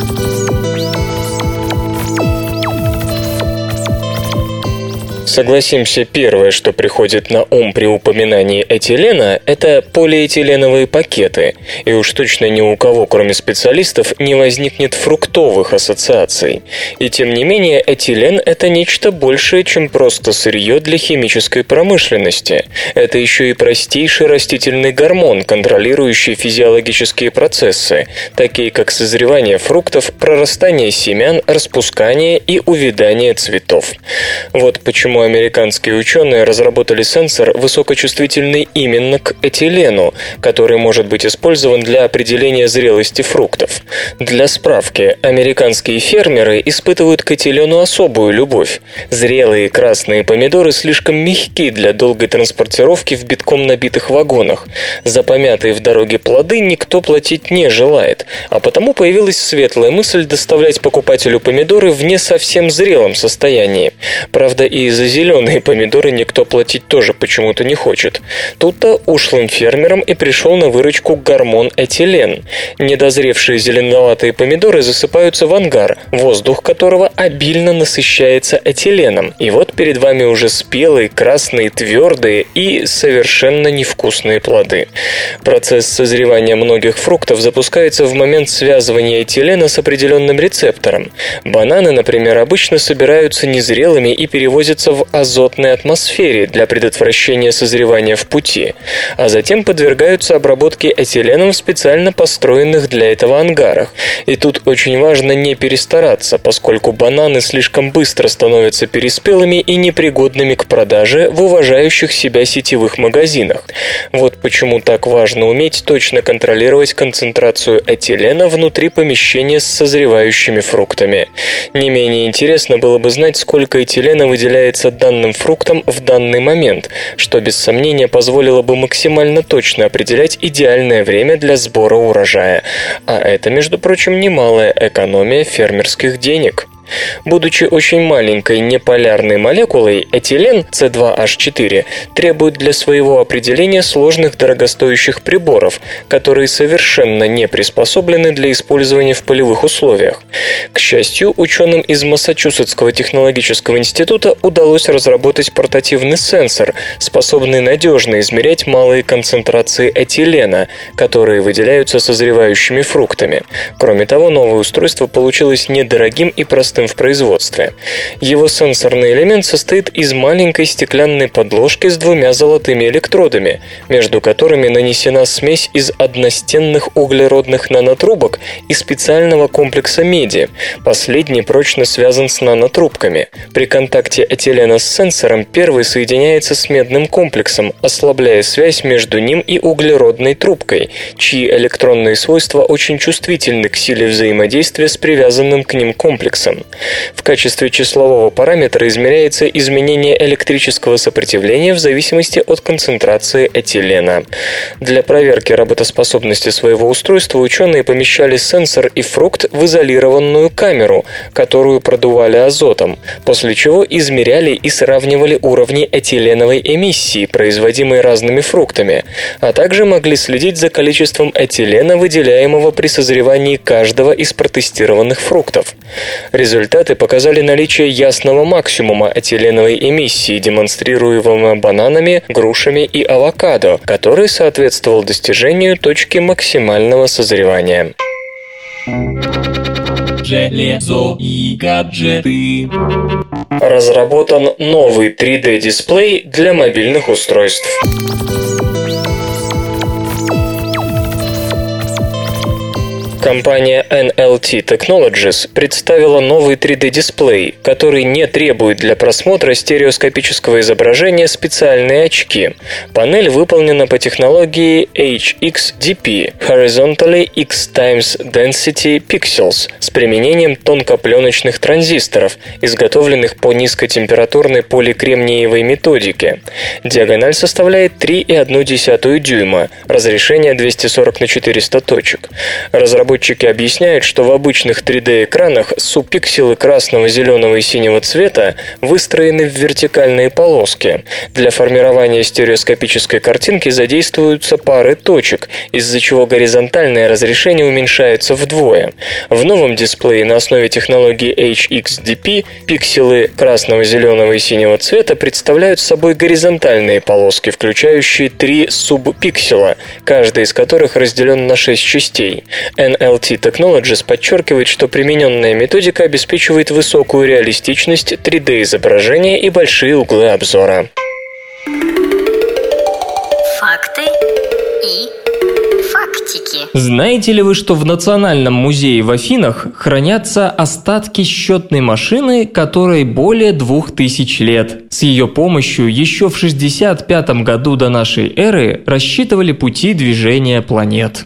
Согласимся, первое, что приходит на ум при упоминании этилена, это полиэтиленовые пакеты, и уж точно ни у кого, кроме специалистов, не возникнет фруктовых ассоциаций. И тем не менее, этилен – это нечто большее, чем просто сырье для химической промышленности. Это еще и простейший растительный гормон, контролирующий физиологические процессы, такие как созревание фруктов, прорастание семян, распускание и увядание цветов. Вот почему американские ученые разработали сенсор, высокочувствительный именно к этилену, который может быть использован для определения зрелости фруктов. Для справки, американские фермеры испытывают к этилену особую любовь. Зрелые красные помидоры слишком мягки для долгой транспортировки в битком набитых вагонах. За помятые в дороге плоды никто платить не желает, а потому появилась светлая мысль доставлять покупателю помидоры в не совсем зрелом состоянии. Правда, и за зеленые помидоры никто платить тоже почему-то не хочет. Тут-то ушлым фермерам и пришел на выручку гормон этилен. Недозревшие зеленоватые помидоры засыпаются в ангар, воздух которого обильно насыщается этиленом. И вот перед вами уже спелые, красные, твердые и совершенно невкусные плоды. Процесс созревания многих фруктов запускается в момент связывания этилена с определенным рецептором. Бананы, например, обычно собираются незрелыми и перевозятся в азотной атмосфере для предотвращения созревания в пути, а затем подвергаются обработке этиленом в специально построенных для этого ангарах. И тут очень важно не перестараться, поскольку бананы слишком быстро становятся переспелыми и непригодными к продаже в уважающих себя сетевых магазинах. Вот почему так важно уметь точно контролировать концентрацию этилена внутри помещения с созревающими фруктами. Не менее интересно было бы знать, сколько этилена выделяется данным фруктам в данный момент, что без сомнения позволило бы максимально точно определять идеальное время для сбора урожая. А это, между прочим, немалая экономия фермерских денег. Будучи очень маленькой неполярной молекулой, этилен си два эйч четыре требует для своего определения сложных дорогостоящих приборов, которые совершенно не приспособлены для использования в полевых условиях. К счастью, ученым из Массачусетского технологического института удалось разработать портативный сенсор, способный надежно измерять малые концентрации этилена, которые выделяются созревающими фруктами. Кроме того, новое устройство получилось недорогим и простым в производстве. Его сенсорный элемент состоит из маленькой стеклянной подложки с двумя золотыми электродами, между которыми нанесена смесь из одностенных углеродных нанотрубок и специального комплекса меди. Последний прочно связан с нанотрубками. При контакте этилена с сенсором первый соединяется с медным комплексом, ослабляя связь между ним и углеродной трубкой, чьи электронные свойства очень чувствительны к силе взаимодействия с привязанным к ним комплексом. В качестве числового параметра измеряется изменение электрического сопротивления в зависимости от концентрации этилена. Для проверки работоспособности своего устройства ученые помещали сенсор и фрукт в изолированную камеру, которую продували азотом, после чего измеряли и сравнивали уровни этиленовой эмиссии, производимой разными фруктами, а также могли следить за количеством этилена, выделяемого при созревании каждого из протестированных фруктов. Результаты показали наличие ясного максимума этиленовой эмиссии, демонстрируемого бананами, грушами и авокадо, который соответствовал достижению точки максимального созревания. Железо и гаджеты. Разработан новый три дэ-дисплей для мобильных устройств. Компания эн эл ти Technologies представила новый три дэ-дисплей, который не требует для просмотра стереоскопического изображения специальные очки. Панель выполнена по технологии эйч икс ди пи – Horizontally X times Density Pixels с применением тонкопленочных транзисторов, изготовленных по низкотемпературной поликремниевой методике. Диагональ составляет три и одну десятую дюйма, разрешение двести сорок на четыреста точек. Разработчики объясняют, что в обычных три дэ-экранах субпикселы красного, зеленого и синего цвета выстроены в вертикальные полоски. Для формирования стереоскопической картинки задействуются пары точек, из-за чего горизонтальное разрешение уменьшается вдвое. В новом дисплее на основе технологии эйч икс ди пи пикселы красного, зеленого и синего цвета представляют собой горизонтальные полоски, включающие три субпикселя, каждый из которых разделен на шесть частей. эн эл ти Technologies подчеркивает, что примененная методика обеспечивает высокую реалистичность три дэ-изображения и большие углы обзора. Факты и фактики. Знаете ли вы, что в Национальном музее в Афинах хранятся остатки счетной машины, которой более двух тысяч лет? С ее помощью еще в шестьдесят пятом году до нашей эры рассчитывали пути движения планет.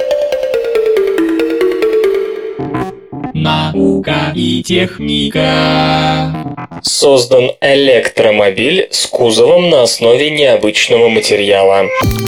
Наука и техника. Создан электромобиль с кузовом на основе необычного материала.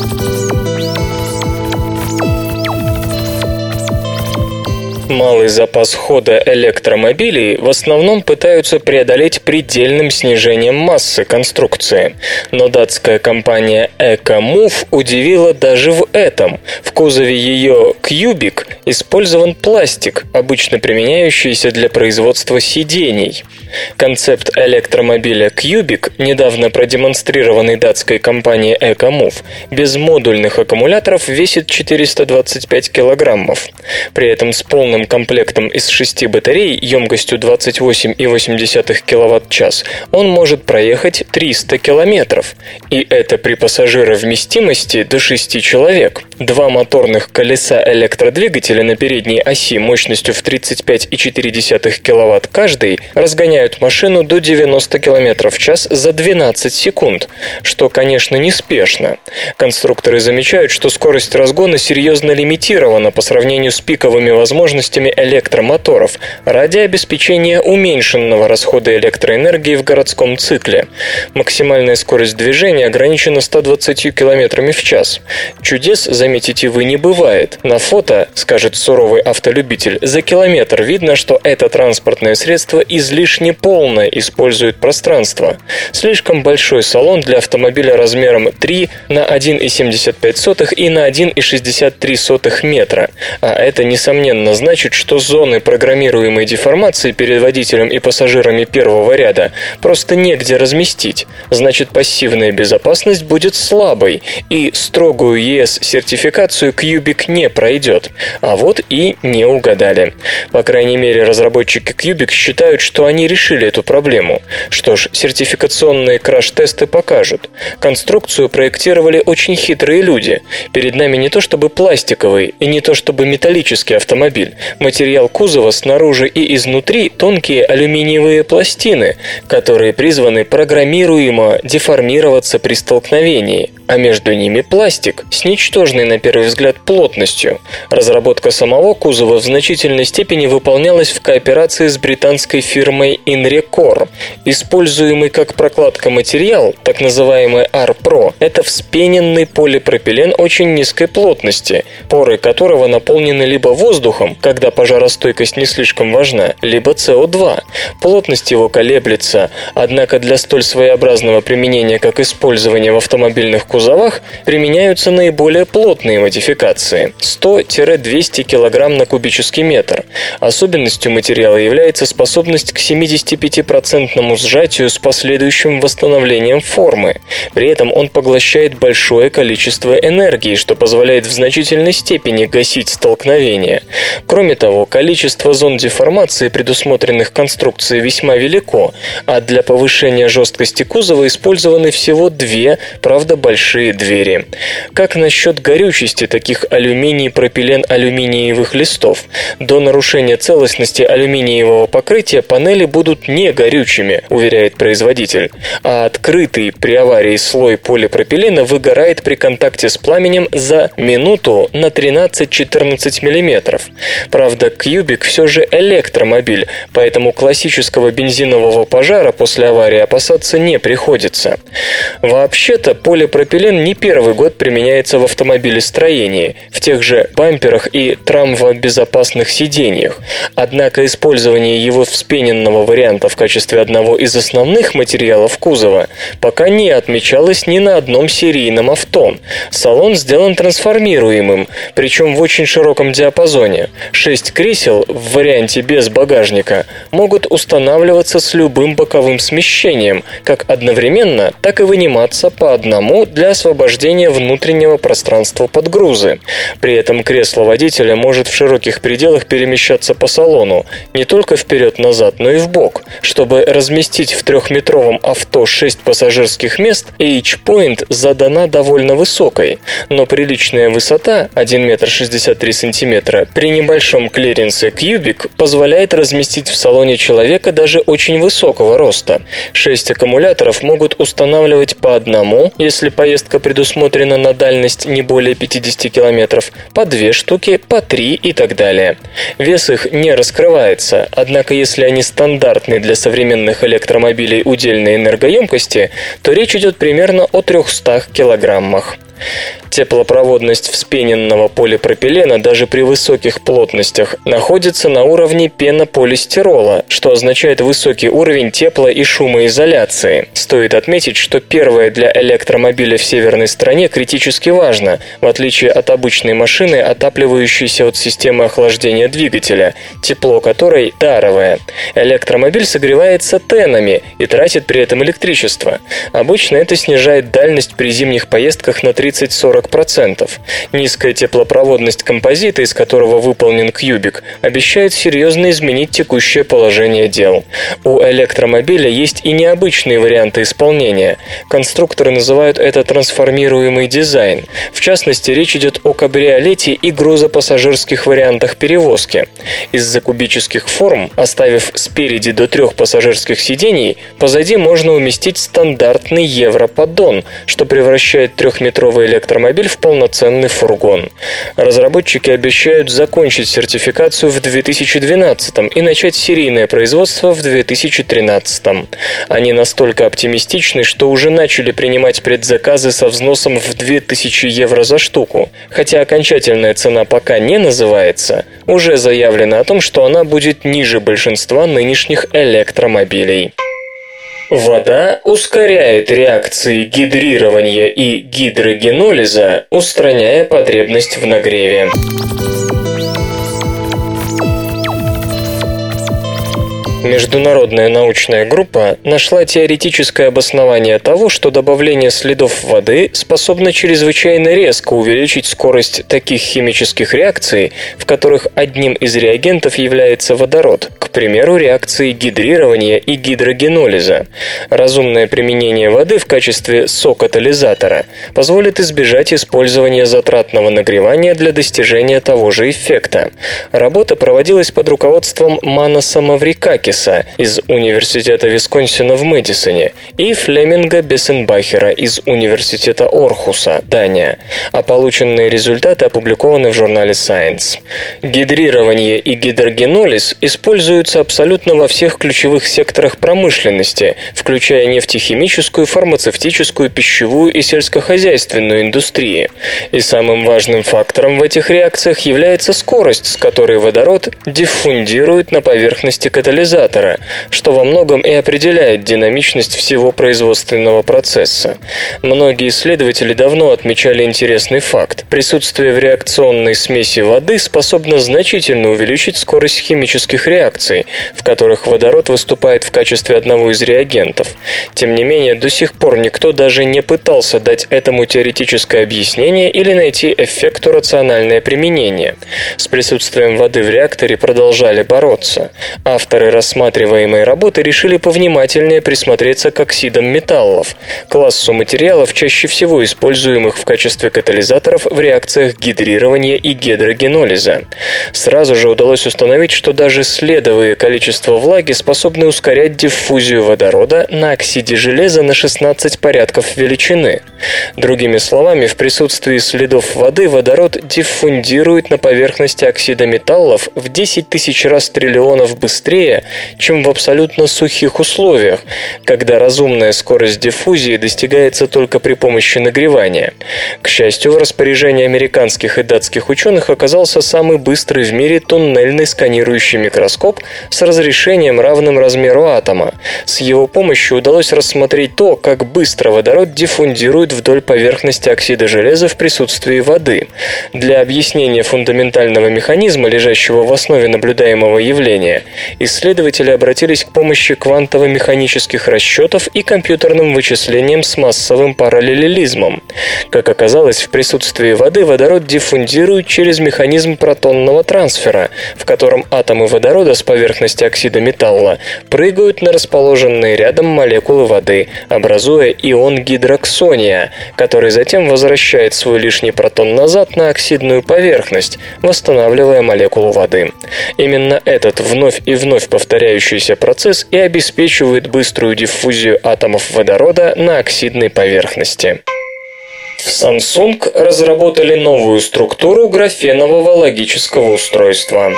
Малый запас хода электромобилей в основном пытаются преодолеть предельным снижением массы конструкции. Но датская компания EcoMove удивила даже в этом. В кузове ее Cubic использован пластик, обычно применяющийся для производства сидений. Концепт электромобиля Cubic, недавно продемонстрированный датской компанией EcoMove, без модульных аккумуляторов весит четыреста двадцать пять килограммов. При этом с полным комплектом из шести батарей емкостью двадцать восемь целых восемь десятых киловатт-час он может проехать триста километров. И это при пассажировместимости до шести человек. Два моторных колеса электродвигателя на передней оси мощностью в тридцать пять целых четыре десятых киловатт каждый разгоняют машину до девяноста километров в час за двенадцать секунд, что, конечно, неспешно. Конструкторы замечают, что скорость разгона серьезно лимитирована по сравнению с пиковыми возможностями электромоторов ради обеспечения уменьшенного расхода электроэнергии в городском цикле. Максимальная скорость движения ограничена ста двадцатью километрами в час. Чудес, заметите вы, не бывает. На фото, скажет суровый автолюбитель, за километр видно, что это транспортное средство излишне полно использует пространство. Слишком большой салон для автомобиля размером три на один целых семьдесят пять сотых и на один целых шестьдесят три сотых метра. А это, несомненно, значит, что зоны программируемой деформации перед водителем и пассажирами первого ряда просто негде разместить. Значит, пассивная безопасность будет слабой, и строгую и эс-сертификацию Cubic не пройдет. А вот и не угадали. По крайней мере, разработчики Cubic считают, что они решили эту проблему. Что ж, сертификационные краш-тесты покажут. Конструкцию проектировали очень хитрые люди. Перед нами не то чтобы пластиковый и не то чтобы металлический автомобиль. Материал кузова снаружи и изнутри тонкие алюминиевые пластины, которые призваны программируемо деформироваться при столкновении, а между ними пластик с ничтожной на первый взгляд плотностью. Разработка самого кузова в значительной степени выполнялась в кооперации с британской фирмой Inrecor. Используемый как прокладка материал, так называемый ар-про, это вспененный полипропилен очень низкой плотности, поры которого наполнены либо воздухом, когда пожаростойкость не слишком важна, либо си о два. Плотность его колеблется, однако для столь своеобразного применения, как использование в автомобильных кузовах, применяются наиболее плотные модификации – сто - двести килограмм на кубический метр. Особенностью материала является способность к семидесятипятипроцентному сжатию с последующим восстановлением формы. При этом он поглощает большое количество энергии, что позволяет в значительной степени гасить столкновения. Кроме того, количество зон деформации, предусмотренных конструкцией, весьма велико, а для повышения жесткости кузова использованы всего две, правда большие, большие двери. Как насчет горючести таких алюминий-пропилен-алюминиевых листов? До нарушения целостности алюминиевого покрытия панели будут не горючими, уверяет производитель, а открытый при аварии слой полипропилена выгорает при контакте с пламенем за минуту на тринадцать-четырнадцать миллиметров. Правда, Кьюбик все же электромобиль, поэтому классического бензинового пожара после аварии опасаться не приходится. Вообще-то полипропилен не первый год применяется в автомобилестроении, в тех же бамперах и травмобезопасных сиденьях. Однако использование его вспененного варианта в качестве одного из основных материалов кузова пока не отмечалось ни на одном серийном авто. Салон сделан трансформируемым, причем в очень широком диапазоне. Шесть кресел в варианте без багажника могут устанавливаться с любым боковым смещением, как одновременно, так и выниматься по одному для освобождения внутреннего пространства под грузы. При этом кресло водителя может в широких пределах перемещаться по салону, не только вперед-назад, но и вбок. Чтобы разместить в трехметровом авто шесть пассажирских мест, H-Point задана довольно высокой, но приличная высота один метр шестьдесят три сантиметра при небольшом клиренсе Кьюбик позволяет разместить в салоне человека даже очень высокого роста. Шесть аккумуляторов могут устанавливать по одному, если поездка предусмотрена на дальность не более пятьдесят километров, по две штуки, по три и так далее. Вес их не раскрывается, однако если они стандартны для современных электромобилей удельной энергоемкости, то речь идет примерно о трехстах килограммах. Теплопроводность вспененного полипропилена даже при высоких плотностях находится на уровне пенополистирола, что означает высокий уровень тепло- и шумоизоляции. Стоит отметить, что первое для электромобиля в северной стране критически важно, в отличие от обычной машины, отапливающейся от системы охлаждения двигателя, тепло которой таровое. Электромобиль согревается тенами и тратит при этом электричество. Обычно это снижает дальность при зимних поездках на тридцать-сорок процентов. Низкая теплопроводность композита, из которого выполнен Кьюбик, обещает серьезно изменить текущее положение дел. У электромобиля есть и необычные варианты исполнения. Конструкторы называют это трансформируемый дизайн. В частности, речь идет о кабриолете и грузопассажирских вариантах перевозки. Из-за кубических форм, оставив спереди до трех пассажирских сидений, позади можно уместить стандартный европоддон, что превращает трехметровый электромобиль в полноценный фургон. Разработчики обещают закончить сертификацию в две тысячи двенадцатом и начать серийное производство в две тысячи тринадцатом. Они настолько оптимистичны, что уже начали принимать предзаказы со взносом в две тысячи евро за штуку. Хотя окончательная цена пока не называется, уже заявлено о том, что она будет ниже большинства нынешних электромобилей. Вода ускоряет реакции гидрирования и гидрогенолиза, устраняя потребность в нагреве. Международная научная группа нашла теоретическое обоснование того, что добавление следов воды способно чрезвычайно резко увеличить скорость таких химических реакций, в которых одним из реагентов является водород, к примеру, реакции гидрирования и гидрогенолиза. Разумное применение воды в качестве сокатализатора позволит избежать использования затратного нагревания для достижения того же эффекта. Работа проводилась под руководством Манаса Маврикакиса из Университета Висконсина в Мэдисоне и Флеминга Бессенбахера из Университета Орхуса, Дания, а полученные результаты опубликованы в журнале Science. Гидрирование и гидрогенолиз используются абсолютно во всех ключевых секторах промышленности, включая нефтехимическую, фармацевтическую, пищевую и сельскохозяйственную индустрии. И самым важным фактором в этих реакциях является скорость, с которой водород диффундирует на поверхности катализатора, что во многом и определяет динамичность всего производственного процесса. Многие исследователи давно отмечали интересный факт. Присутствие в реакционной смеси воды способно значительно увеличить скорость химических реакций, в которых водород выступает в качестве одного из реагентов. Тем не менее, до сих пор никто даже не пытался дать этому теоретическое объяснение или найти эффекту рациональное применение. С присутствием воды в реакторе продолжали бороться. Авторы рассматривали рассматриваемой работы решили повнимательнее присмотреться к оксидам металлов, классу материалов, чаще всего используемых в качестве катализаторов в реакциях гидрирования и гидрогенолиза. Сразу же удалось установить, что даже следовые количества влаги способны ускорять диффузию водорода на оксиде железа на шестнадцать порядков величины. Другими словами, в присутствии следов воды водород диффундирует на поверхности оксида металлов в десять тысяч раз триллионов быстрее, чем в абсолютно сухих условиях, когда разумная скорость диффузии достигается только при помощи нагревания. К счастью, в распоряжении американских и датских ученых оказался самый быстрый в мире туннельный сканирующий микроскоп с разрешением, равным размеру атома. С его помощью удалось рассмотреть то, как быстро водород диффундирует вдоль поверхности оксида железа в присутствии воды. Для объяснения фундаментального механизма, лежащего в основе наблюдаемого явления, исследователи обратились к помощи квантово-механических расчетов и компьютерным вычислениям с массовым параллелизмом. Как оказалось, в присутствии воды водород диффундирует через механизм протонного трансфера, в котором атомы водорода с поверхности оксида металла прыгают на расположенные рядом молекулы воды, образуя ион гидроксония, который затем возвращает свой лишний протон назад на оксидную поверхность, восстанавливая молекулу воды. Именно этот вновь и вновь повторяющийся процесс и обеспечивает быструю диффузию атомов водорода на оксидной поверхности. В Samsung разработали новую структуру графенового логического устройства.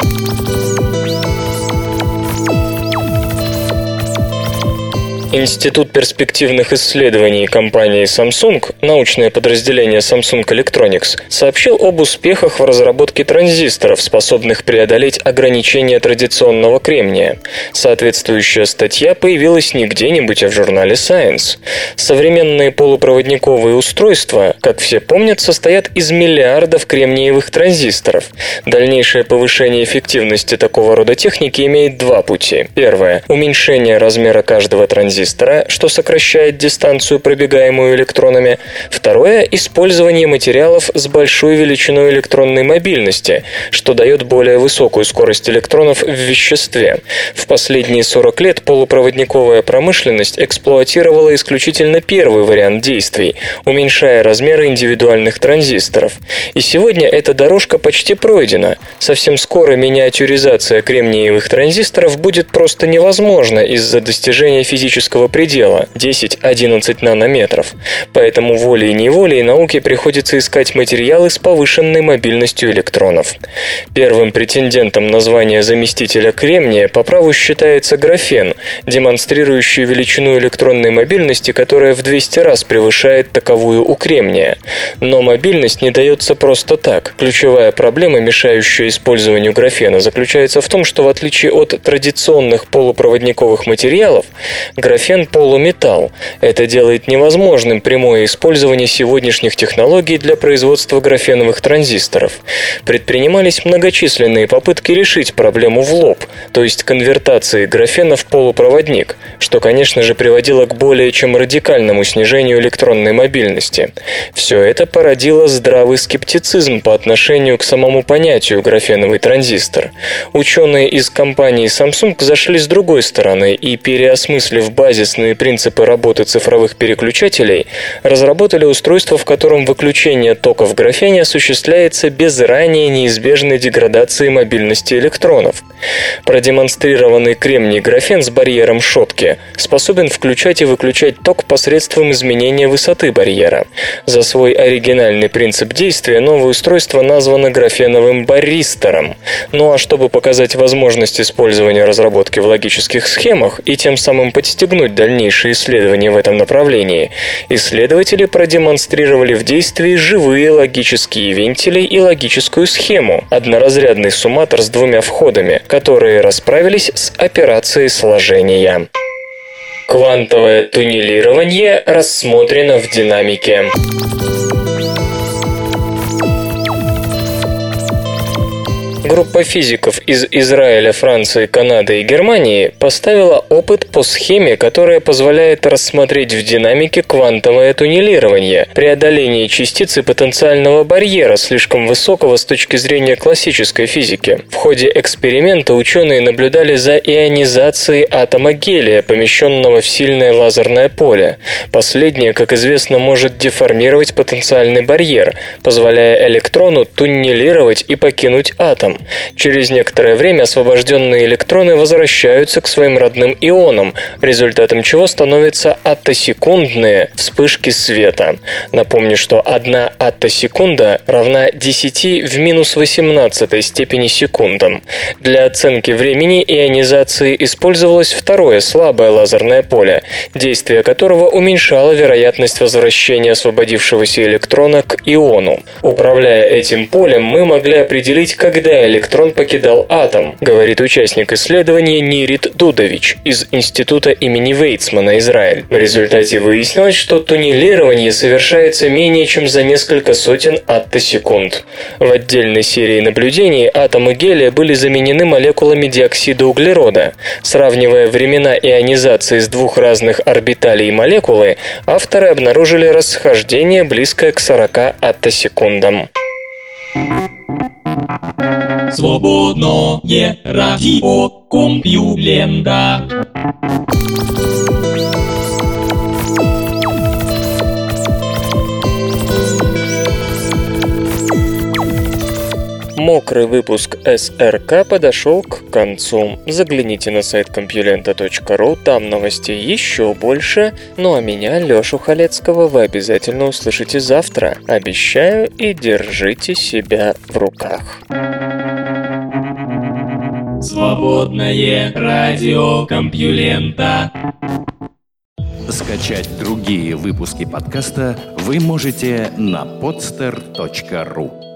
Институт перспективных исследований компании Samsung, научное подразделение Samsung Electronics, сообщил об успехах в разработке транзисторов, способных преодолеть ограничения традиционного кремния. Соответствующая статья появилась не где-нибудь, а в журнале Science. Современные полупроводниковые устройства, как все помнят, состоят из миллиардов кремниевых транзисторов. Дальнейшее повышение эффективности такого рода техники имеет два пути. Первое – уменьшение размера каждого транзистора, что сокращает дистанцию, пробегаемую электронами. Второе – использование материалов с большой величиной электронной мобильности, что дает более высокую скорость электронов в веществе. В последние сорок лет полупроводниковая промышленность эксплуатировала исключительно первый вариант действий, уменьшая размеры индивидуальных транзисторов. И сегодня эта дорожка почти пройдена. Совсем скоро миниатюризация кремниевых транзисторов будет просто невозможна из-за достижения физического предела десять-одиннадцать нанометров. Поэтому волей-неволей науке приходится искать материалы с повышенной мобильностью электронов. Первым претендентом на звание заместителя кремния по праву считается графен, демонстрирующий величину электронной мобильности, которая в двести раз превышает таковую у кремния. Но мобильность не дается просто так. Ключевая проблема, мешающая использованию графена, заключается в том, что в отличие от традиционных полупроводниковых материалов, графен – полуметалл. Это делает невозможным прямое использование сегодняшних технологий для производства графеновых транзисторов. Предпринимались многочисленные попытки решить проблему в лоб, то есть конвертации графена в полупроводник, что, конечно же, приводило к более чем радикальному снижению электронной мобильности. Все это породило здравый скептицизм по отношению к самому понятию графеновый транзистор. Ученые из компании Samsung зашли с другой стороны и, переосмыслив базисные принципы работы цифровых переключателей, разработали устройство, в котором выключение тока в графене осуществляется без ранее неизбежной деградации мобильности электронов. Продемонстрированный кремний графен с барьером Шотки способен включать и выключать ток посредством изменения высоты барьера. За свой оригинальный принцип действия новое устройство названо графеновым баристором. Ну а чтобы показать возможность использования разработки в логических схемах и тем самым подстегнуть дальнейшие исследования в этом направлении, исследователи продемонстрировали в действии живые логические вентили и логическую схему, одноразрядный сумматор с двумя входами, которые расправились с операцией сложения. Квантовое туннелирование рассмотрено в динамике. Группа физиков из Израиля, Франции, Канады и Германии поставила опыт по схеме, которая позволяет рассмотреть в динамике квантовое туннелирование, преодоление частицы потенциального барьера, слишком высокого с точки зрения классической физики. В ходе эксперимента ученые наблюдали за ионизацией атома гелия, помещенного в сильное лазерное поле. Последнее, как известно, может деформировать потенциальный барьер, позволяя электрону туннелировать и покинуть атом. Через некоторое время освобожденные электроны возвращаются к своим родным ионам, результатом чего становятся аттосекундные вспышки света. Напомню, что одна аттосекунда равна десяти в минус восемнадцатой степени секундам. Для оценки времени ионизации использовалось второе слабое лазерное поле, действие которого уменьшало вероятность возвращения освободившегося электрона к иону. Управляя этим полем, мы могли определить, когда электрон покидал атом, говорит участник исследования Нирит Дудович из Института имени Вейцмана, Израиль. В результате выяснилось, что туннелирование совершается менее чем за несколько сотен аттосекунд. В отдельной серии наблюдений атомы гелия были заменены молекулами диоксида углерода. Сравнивая времена ионизации с двух разных орбиталей молекулы, авторы обнаружили расхождение, близкое к сорока аттосекундам. Свободное радио Компьюлента. Мокрый выпуск эс эр ка подошел к концу. Загляните на сайт компьюлента точка ру, там новостей еще больше. Ну а меня, Лешу Халецкого, вы обязательно услышите завтра. Обещаю, и держите себя в руках. Свободное радио Компьюлента. Скачать другие выпуски подкаста вы можете на подстер точка ру.